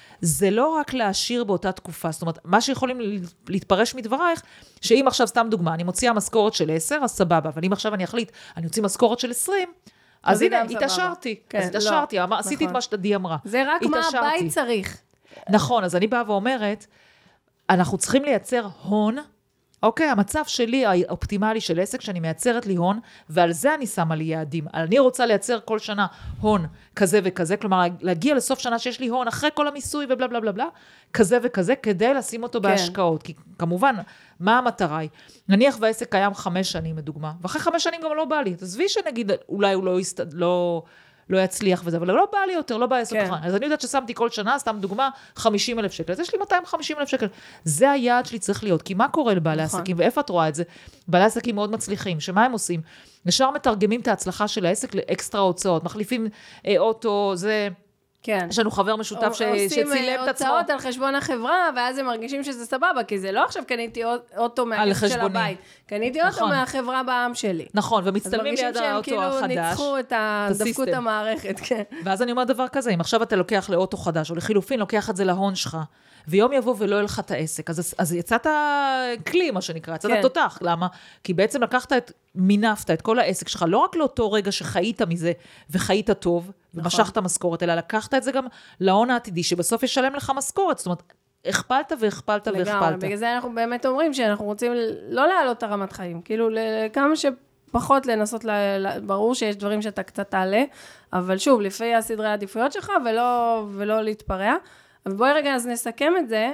זה לא רק להשאיר באותה תקופה, זאת אומרת, מה שיכולים להתפרש מדברייך, שאם עכשיו סתם דוגמה, אני מוציאה משכורת של עשר, אז סבבה, אבל אם עכשיו אני אחליט, אני אוציא משכורת של עשרים, אז הנה, התעשרתי, אז התעשרתי, עשיתי את מה שעדי אמרה. זה רק מה הבית צריך. נכון, אז אני באה ואומרת, אנחנו צריכים לייצר הון, אוקיי, המצב שלי האופטימלי של עסק, שאני מייצרת לי הון, ועל זה אני שמה לי יעדים. אני רוצה לייצר כל שנה הון כזה וכזה, כלומר, להגיע לסוף שנה שיש לי הון, אחרי כל המיסוי ובלה בלה בלה בלה, כזה וכזה, כדי לשים אותו בהשקעות. כי כמובן, מה המטרה היא? נניח והעסק קיים חמש שנים, לדוגמה, ואחרי חמש שנים גם לא בא לי. תעזבי שנגיד, אולי הוא לא יסתד... לא... לא יצליח וזה, אבל לא בא לי יותר, לא בא לעשות ככה. אז אני יודעת ששמתי כל שנה, סתם דוגמה, חמישים אלף שקל. אז יש לי מאתיים וחמישים אלף שקל. זה היעד שלי צריך להיות. כי מה קורה לבעלי עסקים? ואיפה את רואה את זה? בעלי עסקים מאוד מצליחים. שמה הם עושים? ישר מתרגמים את ההצלחה של העסק לאקסטרה הוצאות. מחליפים אה, אוטו, זה... כן. יש לנו חבר משותף שצילם את עצמו. עושים הוצאות על חשבון החברה, ואז הם מרגישים שזה סבבה, כי זה לא עכשיו קניתי אוטו מהכסף של הבית. קניתי אוטו מהחברה בעם שלי. נכון, ומצטלמים ליד האוטו החדש. אז מרגישים שהם כאילו ניצחו את דפקות המערכת, כן. ואז אני אומר דבר כזה, אם עכשיו אתה לוקח לאוטו חדש, או לחילופין, לוקח את זה להון שלך, ויום יבוא ולא יהיה לך את העסק, אז, אז יצאת כלי, מה שנקרא, יצאת כן. תותח. למה? כי בעצם לקחת את, מינפת את כל העסק שלך, לא רק לאותו רגע שחיית מזה, וחיית טוב, נכון. ומשכת משכורת, אלא לקחת את זה גם להון העתידי, שבסוף ישלם לך משכורת. זאת אומרת, הכפלת והכפלת והכפלת. בגלל זה אנחנו באמת אומרים שאנחנו רוצים לא להעלות את הרמת חיים, כאילו לכמה שפחות לנסות, לה, ברור שיש דברים שאתה קצת תעלה, אבל שוב, לפי הסדרי העדיפויות שלך, ולא, ולא להתפרע. אבל בואי רגע אז נסכם את זה.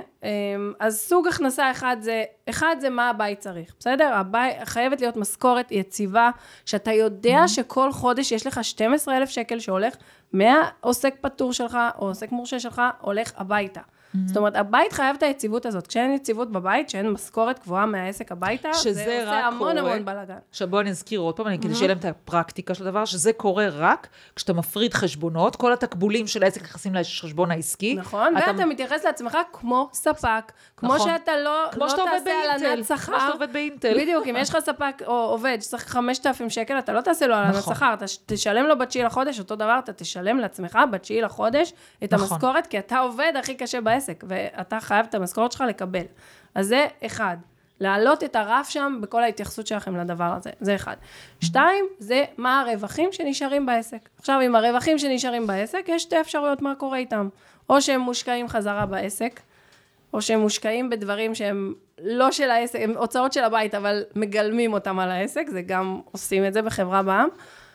אז סוג הכנסה אחד זה, אחד זה מה הבית צריך, בסדר? הבית, חייבת להיות משכורת יציבה, שאתה יודע mm-hmm. שכל חודש יש לך שנים עשר אלף שקל שהולך מהעוסק פטור שלך, או עוסק מורשה שלך, הולך הביתה. Mm-hmm. זאת אומרת, הבית חייב את היציבות הזאת. כשאין יציבות בבית, שאין משכורת קבועה מהעסק הביתה, זה עושה המון המון בלגן. עכשיו בואו נזכיר עוד פעם, אני כדי שיהיה להם את הפרקטיקה של הדבר, שזה קורה רק כשאתה מפריד חשבונות, כל התקבולים של העסק נכנסים לחשבון העסקי. נכון, ואתה מתייחס לעצמך כמו ספק, כמו שאתה לא תעשה הלנת שכר. כמו שאתה עובד באינטל. בדיוק, אם יש לך ספק או עובד שצריך חמשת אלפים שקל, אתה לא תעשה לו הלנת שכר, אתה תשלם לו בתשיעי לחודש, אותו דבר, אתה תשלם לעצמך בתשיעי לחודש את המשכורת, כי אתה עובד הכי קשה בעסק, ואתה חייב את המשכורת שלך לקבל. אז זה אחד, להעלות את הרף שם בכל ההתייחסות שלכם לדבר הזה, זה אחד. שתיים, זה מה הרווחים שנשארים בעסק. עכשיו, עם הרווחים שנשארים בעסק, יש שתי אפשרויות מה קורה איתם. או שהם מושקעים חזרה בעסק, או שהם מושקעים בדברים שהם לא של העסק, הם הוצאות של הבית, אבל מגלמים אותם על העסק, זה גם עושים את זה בחברה בעם.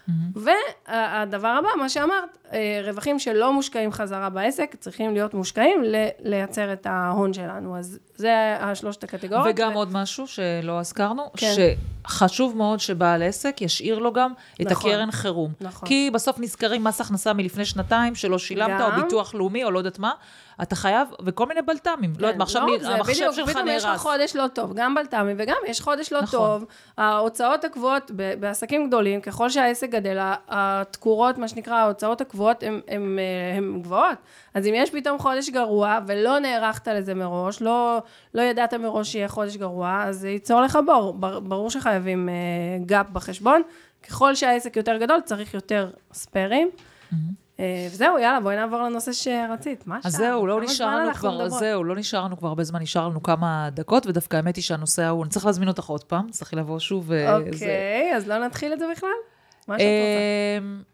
והדבר הבא, מה שאמרת, רווחים שלא מושקעים חזרה בעסק, צריכים להיות מושקעים לייצר את ההון שלנו. אז זה השלושת הקטגוריות. וגם עוד משהו שלא הזכרנו, חשוב מאוד שבעל עסק ישאיר לו גם את נכון, הקרן חירום. נכון. כי בסוף נזכרים מס הכנסה מלפני שנתיים, שלא שילמת, גם. או ביטוח לאומי, או לא יודעת מה, אתה חייב, וכל מיני בלת"מים. כן, לא יודעת מה, עכשיו לא, המחשב בדיוק, שלך פתאום יש לך נהרס. חודש לא טוב, גם בלת"מים, וגם יש חודש לא נכון. טוב. ההוצאות הקבועות ב- בעסקים גדולים, ככל שהעסק גדל, התקורות, מה שנקרא, ההוצאות הקבועות, הן גבוהות. אז אם יש פתאום חודש גרוע, ולא נערכת לזה מראש, לא, לא ידעת מראש שיהיה חודש גרוע, אז זה ייצור לך בור. ברור שחייבים גאפ בחשבון. ככל שהעסק יותר גדול, צריך יותר ספרים. וזהו, יאללה, בואי נעבור לנושא שרצית. מה אז זהו, לא נשארנו כבר, זהו, לא נשארנו כבר הרבה זמן, נשאר לנו כמה דקות, ודווקא האמת היא שהנושא ההוא, אני צריך להזמין אותך עוד פעם, צריכים לבוא שוב. אוקיי, אז לא נתחיל את זה בכלל? מה שאת רוצה?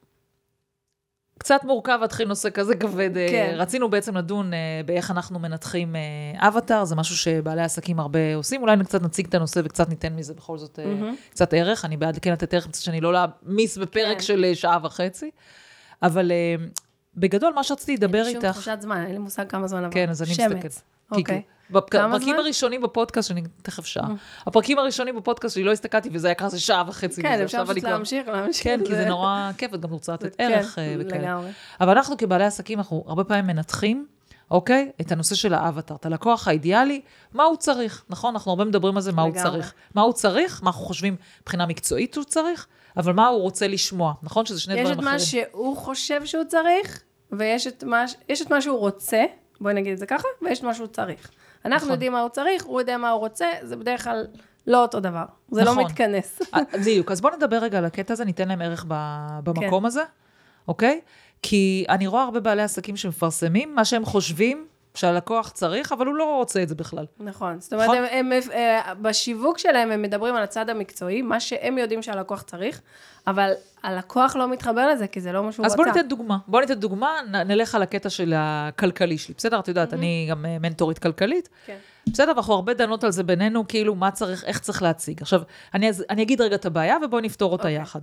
קצת מורכב להתחיל נושא כזה כבד. רצינו בעצם לדון באיך אנחנו מנתחים אבטר, זה משהו שבעלי עסקים הרבה עושים, אולי קצת נציג את הנושא וקצת ניתן מזה בכל זאת קצת ערך, אני בעד כן לתת ערך, שאני לא להמיס בפרק של שעה וחצי, אבל בגדול מה שרציתי לדבר איתך... אין שום תחושת זמן, אין לי מושג כמה זמן עבר. כן, אז אני מסתכלת. אוקיי. בפרקים הראשונים בפודקאסט, שאני תכף שעה, הפרקים הראשונים בפודקאסט שלי לא הסתכלתי, וזה היה כזה שעה וחצי. כן, אפשר פשוט להמשיך, להמשיך. כן, כי זה נורא כיף, ואת גם רוצה לתת ערך וכאלה. אבל אנחנו כבעלי עסקים, אנחנו הרבה פעמים מנתחים, אוקיי, את הנושא של האבטר, את הלקוח האידיאלי, מה הוא צריך, נכון? אנחנו הרבה מדברים על זה, מה הוא צריך. מה הוא צריך, מה אנחנו חושבים מבחינה מקצועית שהוא צריך, אבל מה הוא רוצה לשמוע, נכון? שזה שני דברים אחרים. יש את מה שהוא חושב שהוא צריך, ויש את מה, יש את מה שהוא רוצה, בואי נגיד את זה ככה, ויש את מה שהוא צריך. אנחנו יודעים מה הוא צריך, הוא יודע מה הוא רוצה, זה בדרך כלל לא אותו דבר. זה לא מתכנס. בדיוק, אז בוא נדבר רגע על הקטע הזה, ניתן להם ערך במקום הזה, אוקיי? כי אני רואה הרבה בעלי עסקים שמפרסמים, מה שהם חושבים שהלקוח צריך, אבל הוא לא רוצה את זה בכלל. נכון, זאת אומרת, הם, הם, בשיווק שלהם הם מדברים על הצד המקצועי, מה שהם יודעים שהלקוח צריך, אבל הלקוח לא מתחבר לזה, כי זה לא מה שהוא אז רוצה. בוא ניתן דוגמה, בוא ניתן דוגמה, נלך על הקטע של הכלכלי שלי, בסדר? את יודעת, אני גם מנטורית כלכלית, בסדר? ואנחנו הרבה דנות על זה בינינו, כאילו מה צריך, איך צריך להציג. עכשיו, אני, אני אגיד רגע את הבעיה, ובואו נפתור אותה יחד.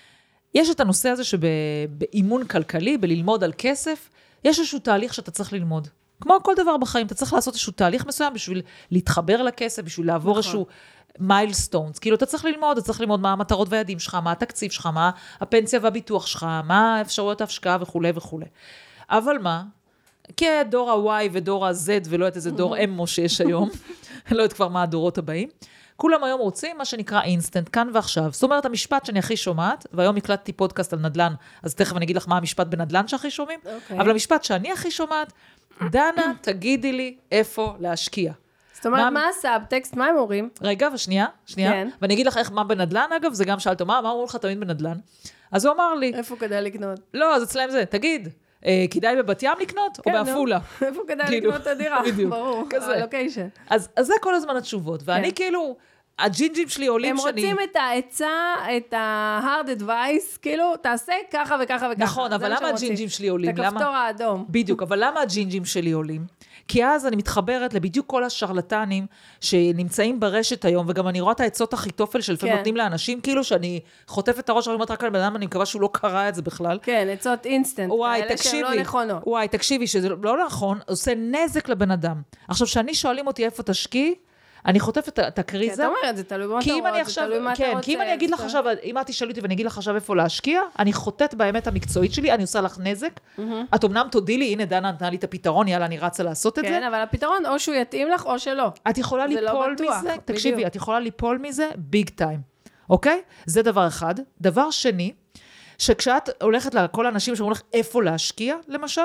יש את הנושא הזה שבאימון כלכלי, בללמוד על כסף, יש איזשהו תהליך שאתה צריך ללמוד. כמו כל דבר בחיים, אתה צריך לעשות איזשהו תהליך מסוים בשביל להתחבר לכסף, בשביל לעבור איזשהו מיילסטונס. כאילו, אתה צריך ללמוד, אתה צריך ללמוד מה המטרות והיעדים שלך, מה התקציב שלך, מה הפנסיה והביטוח שלך, מה האפשרויות ההשקעה וכו' וכו'. אבל מה? כי דור ה-Y ודור ה-Z ולא יודעת איזה דור אמו שיש היום, לא יודעת כבר מה הדורות הבאים. כולם היום רוצים מה שנקרא אינסטנט, כאן ועכשיו. זאת אומרת, המשפט שאני הכי שומעת, והיום הקלטתי פודקאסט על נדל"ן, אז תכף אני אגיד לך מה המשפט בנדל"ן שהכי שומעים, okay. אבל המשפט שאני הכי שומעת, דנה, תגידי לי איפה להשקיע. זאת אומרת, מה, מה הסאבטקסט, מה הם אומרים? רגע, ושנייה, שנייה, כן. ואני אגיד לך איך, מה בנדל"ן, אגב, זה גם שאלת, מה, מה אומרים לך תמיד בנדל"ן? אז הוא אמר לי... איפה כדאי לקנות? לא, אז אצלם זה, תגיד, אה, כדאי בבת ים לקנות, כן, או באפולה? לא. איפה כדאי כאילו, לקנות את הדירה? בדיוק. ברור, כזה. הלוקיישן. אז, אז זה כל הזמן התשובות, ואני כן. כאילו... הג'ינג'ים שלי עולים הם שאני... הם רוצים את העצה, את ה-hard advice, כאילו, תעשה ככה וככה וככה. נכון, אבל למה הג'ינג'ים שלי עולים? את הכפתור האדום. בדיוק, אבל למה הג'ינג'ים שלי עולים? כי אז אני מתחברת לבדיוק כל השרלטנים שנמצאים ברשת היום, וגם אני רואה את העצות החיתופל שלפעמים נותנים לאנשים, כאילו שאני חוטפת את הראש, אני אומרת רק על בן אדם, אני מקווה שהוא לא קרא את זה בכלל. כן, עצות אינסטנט, כאלה שהן לא נכונות. וואי, תקשיבי, שזה לא נכון, עושה נזק לבן אדם. עכשיו, שאני שואלים אותי איפה תשקיע, אני חוטפת את הקריזה. כי אתה אומרת, זה תלוי מה אתה רואה, זה תלוי מה אתה רוצה. כן, כי אם אני אגיד לך עכשיו, אם את תשאלי אותי ואני אגיד לך עכשיו איפה להשקיע, אני חוטאת באמת המקצועית שלי, אני עושה לך נזק. את אמנם תודי לי, הנה דנה נתנה לי את הפתרון, יאללה, אני רצה לעשות את זה. כן, אבל הפתרון, או שהוא יתאים לך או שלא. את יכולה ליפול מזה, תקשיבי, את יכולה ליפול מזה ביג טיים. אוקיי? זה דבר אחד. דבר שני, שכשאת הולכת לכל האנשים שאומרים לך איפה להשקיע, למשל,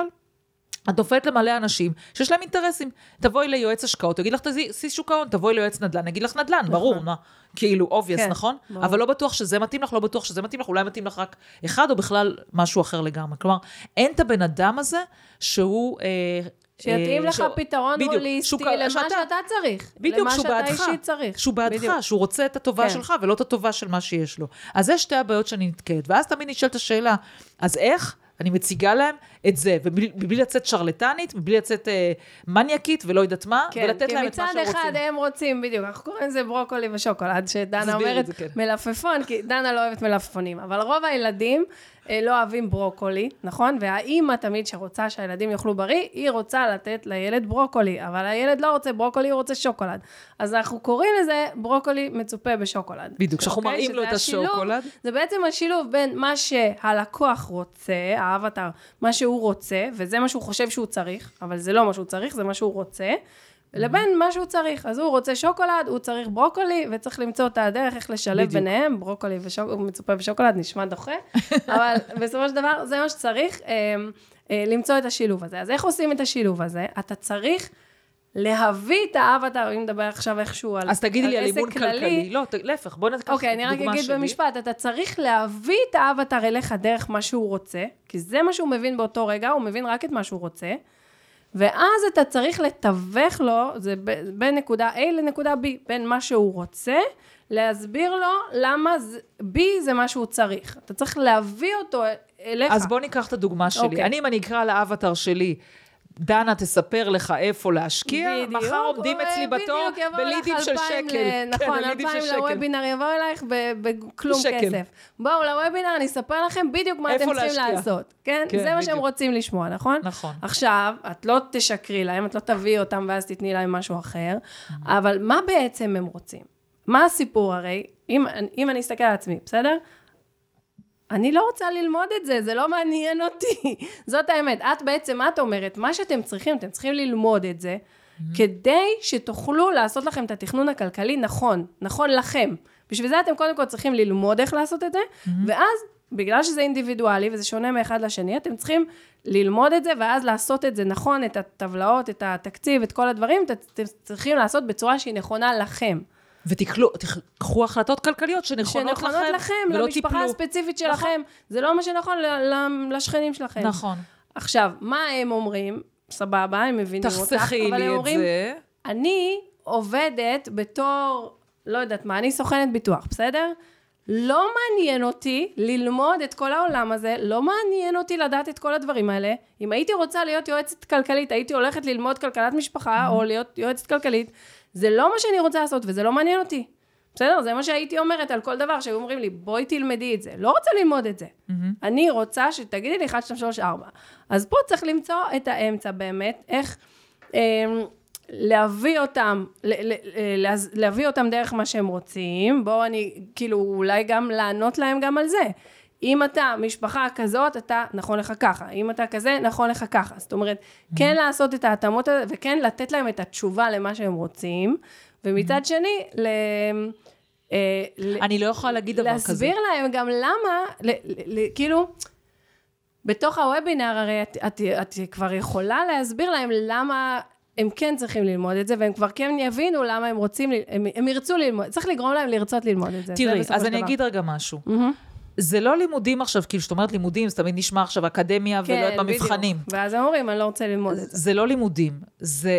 את נופלת למלא אנשים שיש להם אינטרסים. תבואי ליועץ השקעות, תגיד לך, תעשי שוק ההון, תבואי ליועץ נדל"ן, נגיד לך נדל"ן, ברור, מה? כאילו, obvious, נכון? אבל לא בטוח שזה מתאים לך, לא בטוח שזה מתאים לך, אולי מתאים לך רק אחד, או בכלל משהו אחר לגמרי. כלומר, אין את הבן אדם הזה שהוא... שיתאים לך פתרון הוליסטי למה שאתה צריך. בדיוק, שהוא בעדך. שהוא בעדך, שהוא רוצה את הטובה שלך, ולא את הטובה של מה שיש לו. אז זה שתי הבעיות שאני נתקלת. ואז תמיד נשאלת השאלה, אז איך? אני מציגה להם את זה, ובלי לצאת שרלטנית, מבלי לצאת אה, מניאקית ולא יודעת מה, כן, ולתת להם את מה שהם רוצים. כי מצד אחד הם רוצים, בדיוק, אנחנו קוראים לזה ברוקולי ושוקולד, שדנה אומרת כן. מלפפון, כי דנה לא אוהבת מלפפונים, אבל רוב הילדים אה, לא אוהבים ברוקולי, נכון? והאימא תמיד שרוצה שהילדים יאכלו בריא, היא רוצה לתת לילד ברוקולי, אבל הילד לא רוצה ברוקולי, הוא רוצה שוקולד. אז אנחנו קוראים לזה ברוקולי מצופה בשוקולד. בדיוק, שאנחנו אוקיי? מראים לו את השילוב, השוקולד. זה בעצם השילוב בין מה שהלקוח רוצה, האבטר, מה שהוא רוצה, וזה מה שהוא חושב שהוא צריך, אבל זה לא מה שהוא צריך, זה מה שהוא רוצה, לבין מה שהוא צריך. אז הוא רוצה שוקולד, הוא צריך ברוקולי, וצריך למצוא את הדרך איך לשלב ביניהם, ברוקולי ומצופה בשוקולד, נשמע דוחה, אבל בסופו של דבר זה מה שצריך, למצוא את השילוב הזה. אז איך עושים את השילוב הזה? אתה צריך להביא את האבטר, אם נדבר עכשיו איכשהו על עסק כללי. אז תגידי לי על אימון כלכלי. לא, להפך, בוא נתקח דוגמה שלי. אוקיי, אני רק אגיד במשפט, אתה צריך להביא את האבטר אליך דרך מה שהוא רוצה, כי זה מה שהוא מבין באותו רגע, הוא מבין רק את מה שהוא רוצה, ואז אתה צריך לתווך לו, זה בין נקודה A לנקודה B, בין מה שהוא רוצה, להסביר לו למה B זה מה שהוא צריך. אתה צריך להביא אותו אליך. אז בוא ניקח את הדוגמה שלי. אוקיי. אני, אם אני אקרא לאבטר שלי, דנה תספר לך איפה להשקיע, בדיוק, מחר עומדים אצלי בתור בלידים של שקל. נכון, אלפיים לוובינר יבוא אלייך בכלום כסף. בואו לוובינר, אני אספר לכם בדיוק מה אתם צריכים לעשות. כן? זה מה שהם רוצים לשמוע, נכון? נכון. עכשיו, את לא תשקרי להם, את לא תביאי אותם ואז תתני להם משהו אחר, אבל מה בעצם הם רוצים? מה הסיפור הרי? אם אני אסתכל על עצמי, בסדר? אני לא רוצה ללמוד את זה, זה לא מעניין אותי. זאת האמת. את בעצם, את אומרת, מה שאתם צריכים, אתם צריכים ללמוד את זה, mm-hmm. כדי שתוכלו לעשות לכם את התכנון הכלכלי נכון, נכון לכם. בשביל זה אתם קודם כל צריכים ללמוד איך לעשות את זה, mm-hmm. ואז, בגלל שזה אינדיבידואלי, וזה שונה מאחד לשני, אתם צריכים ללמוד את זה, ואז לעשות את זה נכון, את הטבלאות, את התקציב, את כל הדברים, אתם צריכים לעשות בצורה שהיא נכונה לכם. ותיקחו החלטות כלכליות שנכונות לכם, לכם, למשפחה הספציפית שלכם. זה לא מה שנכון לשכנים שלכם. נכון. עכשיו, מה הם אומרים? סבבה, הם מבינים אותך. תחסכי לי את זה. אני עובדת בתור, לא יודעת מה, אני סוכנת ביטוח, בסדר? לא מעניין אותי ללמוד את כל העולם הזה, לא מעניין אותי לדעת את כל הדברים האלה. אם הייתי רוצה להיות יועצת כלכלית, הייתי הולכת ללמוד כלכלת משפחה, או להיות יועצת כלכלית, זה לא מה שאני רוצה לעשות, וזה לא מעניין אותי. בסדר? זה מה שהייתי אומרת על כל דבר, שהיו אומרים לי, בואי תלמדי את זה. לא רוצה ללמוד את זה. Mm-hmm. אני רוצה שתגידי לי אחת, שתיים, שלוש, ארבע. אז פה צריך למצוא את האמצע באמת, איך אה, להביא אותם, ל, ל, ל, להביא אותם דרך מה שהם רוצים. בואו אני, כאילו, אולי גם לענות להם גם על זה. אם אתה משפחה כזאת, אתה נכון לך ככה. אם אתה כזה, נכון לך ככה. זאת אומרת, mm-hmm. כן לעשות את ההתאמות האלה, וכן לתת להם את התשובה למה שהם רוצים. ומצד mm-hmm. שני, ל... אני לא יכולה להגיד דבר כזה. להסביר להם גם למה, כאילו, בתוך הוובינר הרי את, את, את כבר יכולה להסביר להם למה הם כן צריכים ללמוד את זה, והם כבר כן יבינו למה הם רוצים, הם, הם ירצו ללמוד, צריך לגרום להם לרצות ללמוד את זה. תראי, אז אני אגיד רגע משהו. זה לא לימודים עכשיו, כאילו שאת אומרת לימודים, זה תמיד נשמע עכשיו אקדמיה ולא יודעת במבחנים. ואז הם אומרים, אני לא רוצה ללמוד את זה. זה לא לימודים, זה...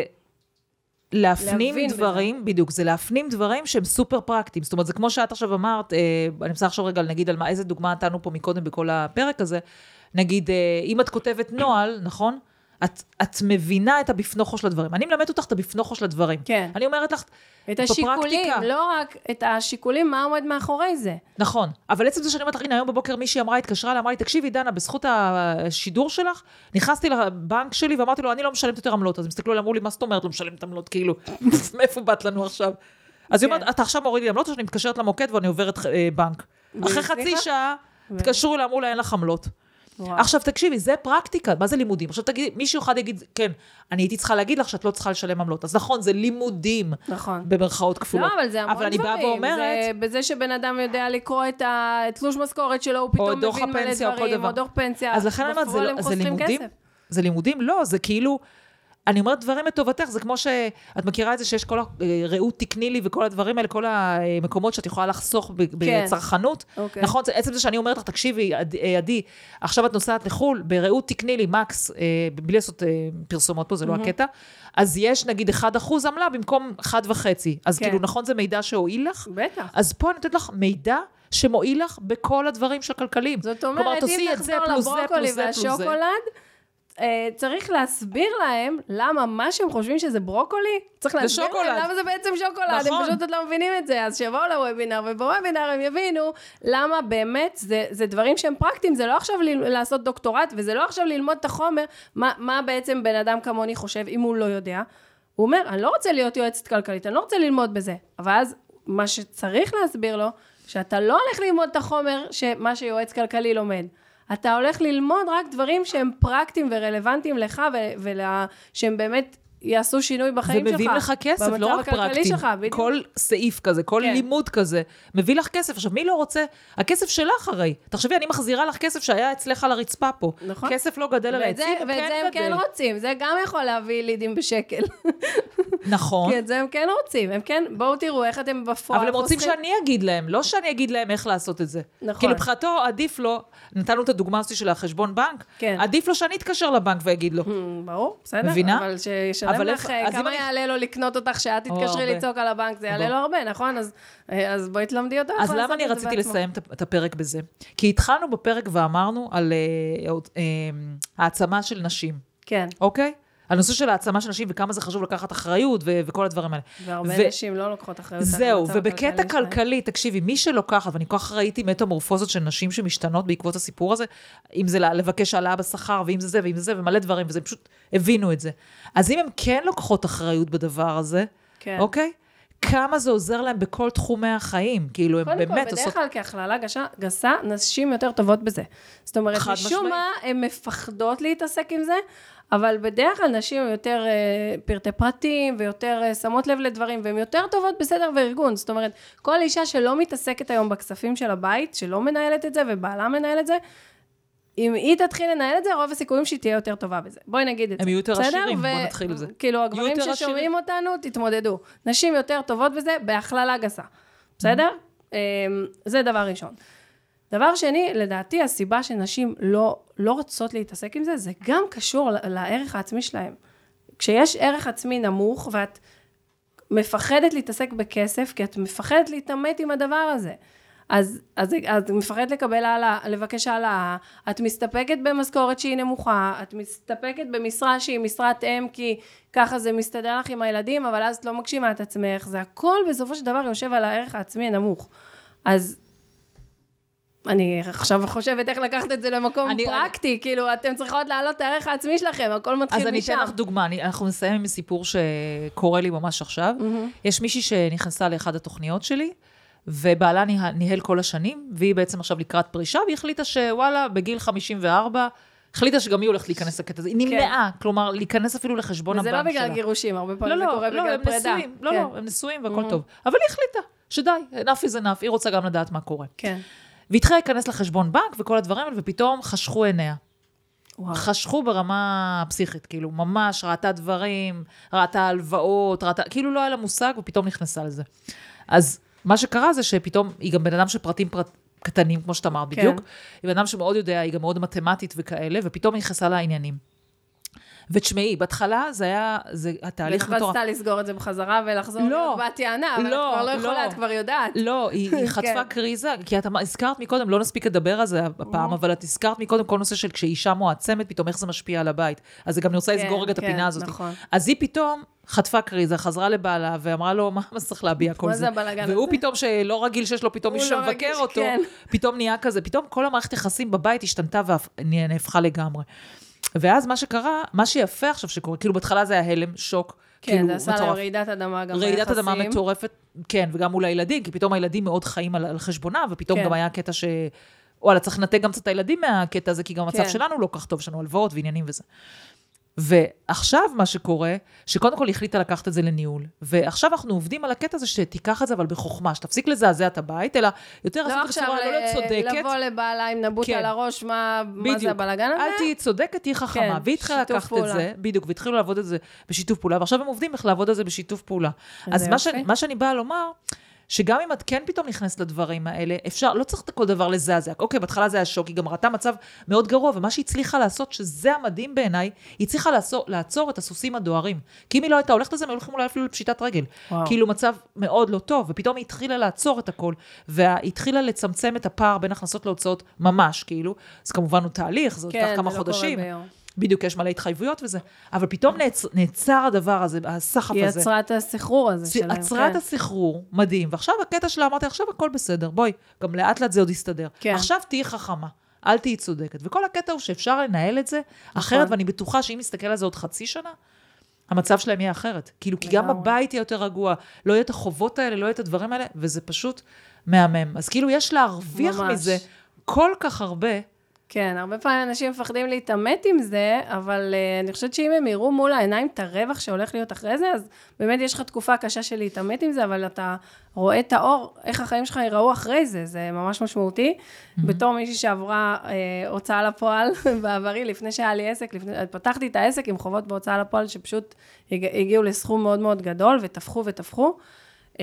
להפנים דברים, בדיוק, זה להפנים דברים שהם סופר פרקטיים. זאת אומרת, זה כמו שאת עכשיו אמרת, אני מנסה עכשיו רגע נגיד על מה, איזה דוגמה נתנו פה מקודם בכל הפרק הזה, נגיד, אם את כותבת נועל, נכון? את, את מבינה את הבפנוכו של הדברים. אני מלמד אותך את הבפנוכו של הדברים. כן. אני אומרת לך, את השיקולים, לא רק את השיקולים, מה עומד מאחורי זה. נכון. אבל עצם זה שאני אומרת לך, הנה, היום בבוקר מישהי אמרה, התקשרה לה, אמרה לי, תקשיבי, דנה, בזכות השידור שלך, נכנסתי לבנק שלי ואמרתי לו, אני לא משלמת יותר עמלות. אז הם הסתכלו, אמרו לי, מה זאת אומרת, לא משלמת עמלות, כאילו, מאיפה באת לנו עכשיו? אז היא אומרת, אתה עכשיו מוריד לי עמלות, או שאני מתקשרת למוקד ואני עוברת בנק. אחרי חצי שעה, התקשרו לה, אמרו לה, אין לך עמלות. עכשיו תקשיבי, זה פרקטיקה, מה זה לימודים? עכשיו תגידי, מישהו אחד יגיד, כן, אני הייתי צריכה להגיד לך שאת לא צריכה לשלם עמלות. אז נכון, זה לימודים, נכון. במרכאות כפולות. לא, אבל זה המון דברים. אבל אני באה ואומרת... זה בזה שבן אדם יודע לקרוא את התלוש משכורת שלו, הוא פתאום מבין מלא דברים, או דוח פנסיה. אז לכן אני אומרת, זה לימודים? זה לימודים? לא, זה כאילו... אני אומרת דברים לטובתך, זה כמו שאת מכירה את זה שיש כל הרעות תקני לי וכל הדברים האלה, כל המקומות שאת יכולה לחסוך בצרכנות. נכון, עצם זה שאני אומרת לך, תקשיבי, עדי, עכשיו את נוסעת לחול, ברעות תקני לי, מקס, בלי לעשות פרסומות פה, זה לא הקטע, אז יש נגיד אחד אחוז עמלה במקום אחד וחצי. אז כאילו, נכון, זה מידע שהועיל לך? בטח. אז פה אני נותנת לך מידע שמועיל לך בכל הדברים של הכלכליים. זאת אומרת, אם נחזור לברוקולי והשוקולד, צריך להסביר להם למה מה שהם חושבים שזה ברוקולי, צריך להסביר להם למה זה בעצם שוקולד, הם פשוט עוד לא מבינים את זה, אז שיבואו לוובינר, ובוובינר הם יבינו למה באמת זה, זה דברים שהם פרקטיים, זה לא עכשיו לעשות דוקטורט, וזה לא עכשיו ללמוד את החומר, מה, מה בעצם בן אדם כמוני חושב, אם הוא לא יודע. הוא אומר, אני לא רוצה להיות יועצת כלכלית, אני לא רוצה ללמוד בזה, אבל אז מה שצריך להסביר לו, שאתה לא הולך ללמוד את החומר, שמה שיועץ כלכלי לומד. אתה הולך ללמוד רק דברים שהם פרקטיים ורלוונטיים לך, ושהם באמת יעשו שינוי בחיים שלך. ומביאים לך כסף, לא רק פרקטיים. כל סעיף כזה, כל לימוד כזה, מביא לך כסף. עכשיו, מי לא רוצה? הכסף שלך הרי. תחשבי, אני מחזירה לך כסף שהיה אצלך על הרצפה פה. נכון. כסף לא גדל על העצים, הוא כן גדל. ואת זה הם כן רוצים. זה גם יכול להביא לידים בשקל. נכון. כי את זה הם כן רוצים. הם כן, בואו תראו איך אתם בפועל. אבל הם רוצים שאני אגיד להם, לא שאני אגיד להם איך לעשות את זה. נכון. כי לבחרתו עדיף לו, נתנו את הדוגמה של החשבון בנק, עדיף לו שאני אתקשר לבנק ואגיד לו. ברור, בסדר. מבינה? אבל שישלם לך, כמה יעלה לו לקנות אותך, שאת תתקשרי לצעוק על הבנק, זה יעלה לו הרבה, נכון? אז בואי תלמדי אותך. אז למה אני רציתי לסיים את הפרק בזה? כי התחלנו בפרק ואמרנו על העצמה של נשים. כן. אוקיי? הנושא של העצמה של נשים, וכמה זה חשוב לקחת אחריות, וכל הדברים האלה. והרבה נשים לא לוקחות אחריות. זהו, ובקטע כלכלי, תקשיבי, מי שלוקחת, ואני כל כך ראיתי מטמורפוזות של נשים שמשתנות בעקבות הסיפור הזה, אם זה לבקש העלאה בשכר, ואם זה זה, ואם זה זה, ומלא דברים, וזה פשוט הבינו את זה. אז אם הם כן לוקחות אחריות בדבר הזה, אוקיי? כמה זה עוזר להם בכל תחומי החיים, כאילו הם באמת עושות... בדרך כלל כהכללה גסה, נשים יותר טובות בזה. זאת אומרת, משום מה, הן מפחדות להתעסק עם זה, אבל בדרך כלל נשים הן יותר uh, פרטי פרטים, ויותר uh, שמות לב לדברים, והן יותר טובות בסדר וארגון. זאת אומרת, כל אישה שלא מתעסקת היום בכספים של הבית, שלא מנהלת את זה, ובעלה מנהל את זה, אם היא תתחיל לנהל את זה, רוב הסיכויים שהיא תהיה יותר טובה בזה. בואי נגיד את זה. הם יהיו יותר עשירים, בוא נתחיל את זה. כאילו, הגברים ששומעים אותנו, תתמודדו. נשים יותר טובות בזה, בהכללה גסה. בסדר? זה דבר ראשון. דבר שני, לדעתי, הסיבה שנשים לא, לא רוצות להתעסק עם זה, זה גם קשור לערך העצמי שלהם. כשיש ערך עצמי נמוך, ואת מפחדת להתעסק בכסף, כי את מפחדת להתעמת עם הדבר הזה. אז, אז, אז את מפחדת לקבל העלה, לבקש העלה, את מסתפקת במשכורת שהיא נמוכה, את מסתפקת במשרה שהיא משרת אם, כי ככה זה מסתדר לך עם הילדים, אבל אז את לא מגשימה את עצמך, זה הכל בסופו של דבר יושב על הערך העצמי הנמוך. אז אני עכשיו חושבת איך לקחת את זה למקום אני, פרקטי, אני... כאילו אתם צריכות להעלות את הערך העצמי שלכם, הכל מתחיל משם. אז אני אתן לך דוגמה, אני, אנחנו נסיים עם סיפור שקורה לי ממש עכשיו. Mm-hmm. יש מישהי שנכנסה לאחד התוכניות שלי, ובעלה ניהל כל השנים, והיא בעצם עכשיו לקראת פרישה, והיא החליטה שוואלה, בגיל חמישים וארבע, החליטה שגם היא הולכת להיכנס לקטע הזה. היא נמנעה, כלומר, להיכנס אפילו לחשבון הבנק שלה. וזה לא בגלל גירושים, הרבה פעמים זה קורה בגלל פרידה. לא, לא, הם נשואים והכל טוב. אבל היא החליטה שדי, enough is enough, היא רוצה גם לדעת מה קורה. כן. והתחילה להיכנס לחשבון בנק וכל הדברים האלה, ופתאום חשכו עיניה. חשכו ברמה פסיכית, כאילו, ממש ראתה דברים, ראתה הלוואות, ראתה, כאילו לא היה לה מושג, ופתאום נכנסה לזה. אז מה שקרה זה שפתאום, היא גם בן אדם של פרטים פרט, קטנים, כמו שאתה אמרת בדיוק, היא בן אדם שמאוד יודע, היא גם מאוד מתמטית וכאלה, ופתאום היא נכנסה לעניינים. ותשמעי, בהתחלה זה היה, זה התהליך מטורף. ורצתה לסגור את זה בחזרה ולחזור להיות בת יענה, אבל את כבר לא יכולה, את כבר יודעת. לא, היא חטפה קריזה, כי את הזכרת מקודם, לא נספיק לדבר על זה הפעם, אבל את הזכרת מקודם כל נושא של כשאישה מועצמת, פתאום איך זה משפיע על הבית. אז זה גם אני רוצה לסגור רגע את הפינה הזאת. אז היא פתאום חטפה קריזה, חזרה לבעלה, ואמרה לו, מה צריך להביע כל זה? והוא פתאום שלא רגיל שיש לו פתאום מישהו מבקר אותו, פתאום נהיה כזה, פתאום כל המערכת יחסים בבית השתנתה והפכה לגמרי. ואז מה שקרה, מה שיפה עכשיו שקורה, כאילו בהתחלה זה היה הלם, שוק, כן, כאילו זה עשה לה רעידת אדמה גם ביחסים. רעידת אדמה מטורפת, כן, וגם מול הילדים, כי פתאום הילדים מאוד חיים על, על חשבונה, ופתאום כן. גם היה קטע ש... וואלה, צריך לנתק גם קצת הילדים מהקטע הזה, כי גם המצב כן. שלנו לא כך טוב, יש לנו הלוואות ועניינים וזה. ועכשיו מה שקורה, שקודם כל החליטה לקחת את זה לניהול, ועכשיו אנחנו עובדים על הקטע הזה שתיקח את זה, אבל בחוכמה, שתפסיק לזעזע את הבית, אלא יותר לא לעשות בצורה לא לצודקת. לא לבוא לבעלה עם נבוט כן. על הראש, מה, מה זה הבלגן הזה? אל תהי צודקת, תהי חכמה, כן, והיא התחילה לקחת פעולה. את זה, בדיוק, והתחילו לעבוד את זה בשיתוף פעולה, ועכשיו הם עובדים איך לעבוד את זה בשיתוף פעולה. אז מה, ש, מה שאני באה לומר, שגם אם את כן פתאום נכנסת לדברים האלה, אפשר, לא צריך את כל דבר לזעזע. אוקיי, בהתחלה זה היה שוק, היא גם ראתה מצב מאוד גרוע, ומה שהיא הצליחה לעשות, שזה המדהים בעיניי, היא הצליחה לעצור, לעצור את הסוסים הדוהרים. כי אם היא לא הייתה הולכת לזה, הם הולכים אולי אפילו לפשיטת רגל. וואו. כאילו מצב מאוד לא טוב, ופתאום היא התחילה לעצור את הכל, והתחילה לצמצם את הפער בין הכנסות להוצאות ממש, כאילו. זה כמובן הוא תהליך, זה כן, עוד כמה זה חודשים. לא קורה ביום. בדיוק יש מלא התחייבויות וזה, אבל פתאום נעצר, נעצר הדבר הזה, הסחף היא הזה. היא עצרה את הסחרור הזה שלהם. עצרה את כן. הסחרור, מדהים, ועכשיו הקטע שלה, אמרתי, עכשיו הכל בסדר, בואי, גם לאט לאט זה עוד יסתדר. כן. עכשיו תהיי חכמה, אל תהיי צודקת, וכל הקטע הוא שאפשר לנהל את זה, אחרת, ואני בטוחה שאם נסתכל על זה עוד חצי שנה, המצב שלהם יהיה אחרת. כאילו, כי גם הבית יהיה יותר רגוע, לא יהיה את החובות האלה, לא יהיה את הדברים האלה, וזה פשוט מהמם. אז כאילו, יש להרוויח מזה כל כך הרבה, כן, הרבה פעמים אנשים מפחדים להתאמת עם זה, אבל uh, אני חושבת שאם הם יראו מול העיניים את הרווח שהולך להיות אחרי זה, אז באמת יש לך תקופה קשה של להתאמת עם זה, אבל אתה רואה את האור, איך החיים שלך ייראו אחרי זה, זה ממש משמעותי. Mm-hmm. בתור מישהי שעברה uh, הוצאה לפועל בעברי, לפני שהיה לי עסק, לפני, פתחתי את העסק עם חובות בהוצאה לפועל, שפשוט הגיעו לסכום מאוד מאוד גדול, ותפחו ותפחו. Um,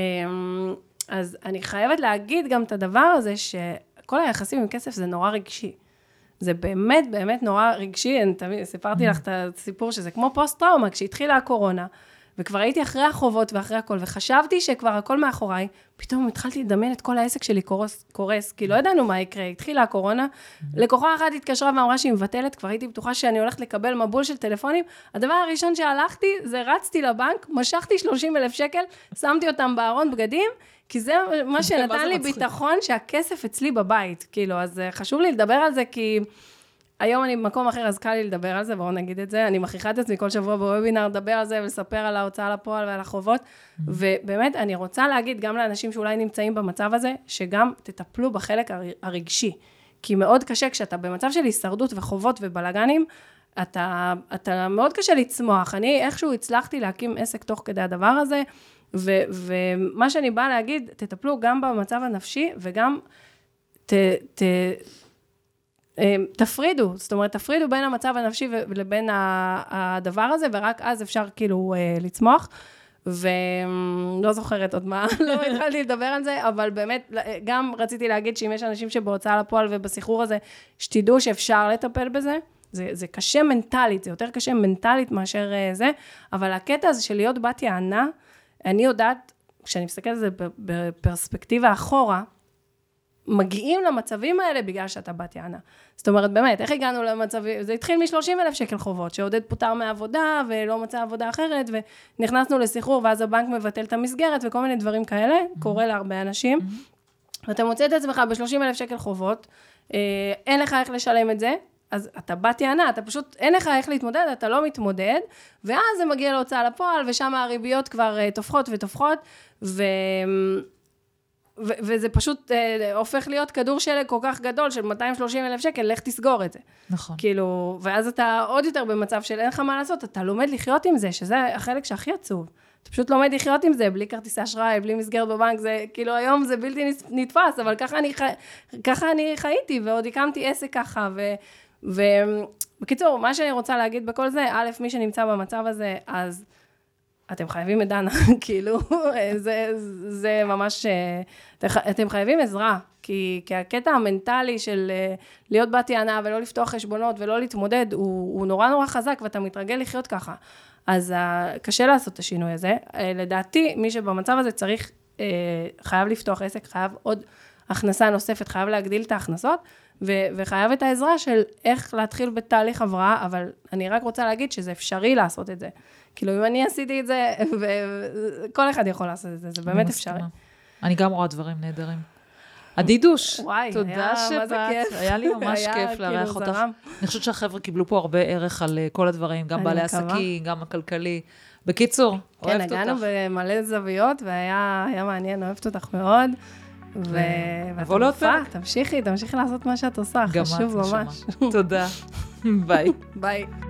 אז אני חייבת להגיד גם את הדבר הזה, שכל היחסים עם כסף זה נורא רגשי. זה באמת, באמת נורא רגשי, אני תמיד סיפרתי לך את הסיפור שזה כמו פוסט-טראומה, כשהתחילה הקורונה, וכבר הייתי אחרי החובות ואחרי הכל, וחשבתי שכבר הכל מאחוריי, פתאום התחלתי לדמיין את כל העסק שלי קורס, קורס, כי לא ידענו מה יקרה, התחילה הקורונה, לקוחה אחת התקשרה ואמרה שהיא מבטלת, כבר הייתי בטוחה שאני הולכת לקבל מבול של טלפונים, הדבר הראשון שהלכתי, זה רצתי לבנק, משכתי שלושים אלף שקל, שמתי אותם בארון בגדים, כי זה מה שנתן לי ביטחון שהכסף אצלי בבית, כאילו, אז חשוב לי לדבר על זה, כי היום אני במקום אחר, אז קל לי לדבר על זה, בואו נגיד את זה, אני מכריחה את עצמי כל שבוע בוובינר, לדבר על זה ולספר על ההוצאה לפועל ועל החובות, ובאמת אני רוצה להגיד גם לאנשים שאולי נמצאים במצב הזה, שגם תטפלו בחלק הרגשי, כי מאוד קשה כשאתה במצב של הישרדות וחובות ובלגנים, אתה, אתה מאוד קשה לצמוח, אני איכשהו הצלחתי להקים עסק תוך כדי הדבר הזה, ו, ומה שאני באה להגיד, תטפלו גם במצב הנפשי, וגם ת, ת, תפרידו, זאת אומרת, תפרידו בין המצב הנפשי לבין הדבר הזה, ורק אז אפשר כאילו לצמוח, ולא זוכרת עוד מה, לא התחלתי לדבר על זה, אבל באמת, גם רציתי להגיד שאם יש אנשים שבהוצאה לפועל ובסחרור הזה, שתדעו שאפשר לטפל בזה, זה, זה קשה מנטלית, זה יותר קשה מנטלית מאשר זה, אבל הקטע הזה של להיות בת יענה, אני יודעת, כשאני מסתכלת על זה בפרספקטיבה אחורה, מגיעים למצבים האלה בגלל שאתה בת יענה. זאת אומרת, באמת, איך הגענו למצבים? זה התחיל מ-שלושים אלף שקל חובות, שעודד פוטר מעבודה, ולא מצא עבודה אחרת, ונכנסנו לסחרור, ואז הבנק מבטל את המסגרת, וכל מיני דברים כאלה, קורה להרבה אנשים. ואתה מוצא את עצמך ב-שלושים אלף שקל חובות, אין לך איך לשלם את זה, אז אתה בת יענה, אתה פשוט, אין לך איך להתמודד, אתה לא מתמודד, ואז זה מגיע להוצאה לפועל, ושם הריביות כבר תופחות ותופחות, ו... ו- וזה פשוט אה, הופך להיות כדור שלג כל כך גדול, של מאתיים ושלושים אלף שקל, לך תסגור את זה. נכון. כאילו, ואז אתה עוד יותר במצב של אין לך מה לעשות, אתה לומד לחיות עם זה, שזה החלק שהכי עצוב. אתה פשוט לומד לחיות עם זה, בלי כרטיסי אשראי, בלי מסגרת בבנק, זה, כאילו היום זה בלתי נתפס, אבל ככה אני, חי, ככה אני חייתי, ועוד הקמתי עסק ככה, ו... ובקיצור, מה שאני רוצה להגיד בכל זה, א', מי שנמצא במצב הזה, אז אתם חייבים את דנה, כאילו, זה, זה ממש, אתם חייבים עזרה, כי, כי הקטע המנטלי של להיות בת יענה ולא לפתוח חשבונות ולא להתמודד, הוא, הוא נורא נורא חזק, ואתה מתרגל לחיות ככה. אז קשה לעשות את השינוי הזה. לדעתי, מי שבמצב הזה צריך, חייב לפתוח עסק, חייב עוד הכנסה נוספת, חייב להגדיל את ההכנסות, ו- וחייב את העזרה של איך להתחיל בתהליך הבראה, אבל אני רק רוצה להגיד שזה אפשרי לעשות את זה. כאילו, אם אני עשיתי את זה, וכל אחד יכול לעשות את זה, זה באמת אפשרי. אני גם רואה דברים נהדרים. עדידוש, וואי, תודה שבאת, היה לי ממש כיף לארח אותך. אני חושבת שהחבר'ה קיבלו פה הרבה ערך על כל הדברים, גם בעלי עסקים, גם הכלכלי. בקיצור, אוהבת אותך. כן, הגענו במלא זוויות, והיה מעניין, אוהבת אותך מאוד. ואת אלופה, תמשיכי, תמשיכי לעשות מה שאת עושה, חשוב ממש. תודה, ביי. ביי.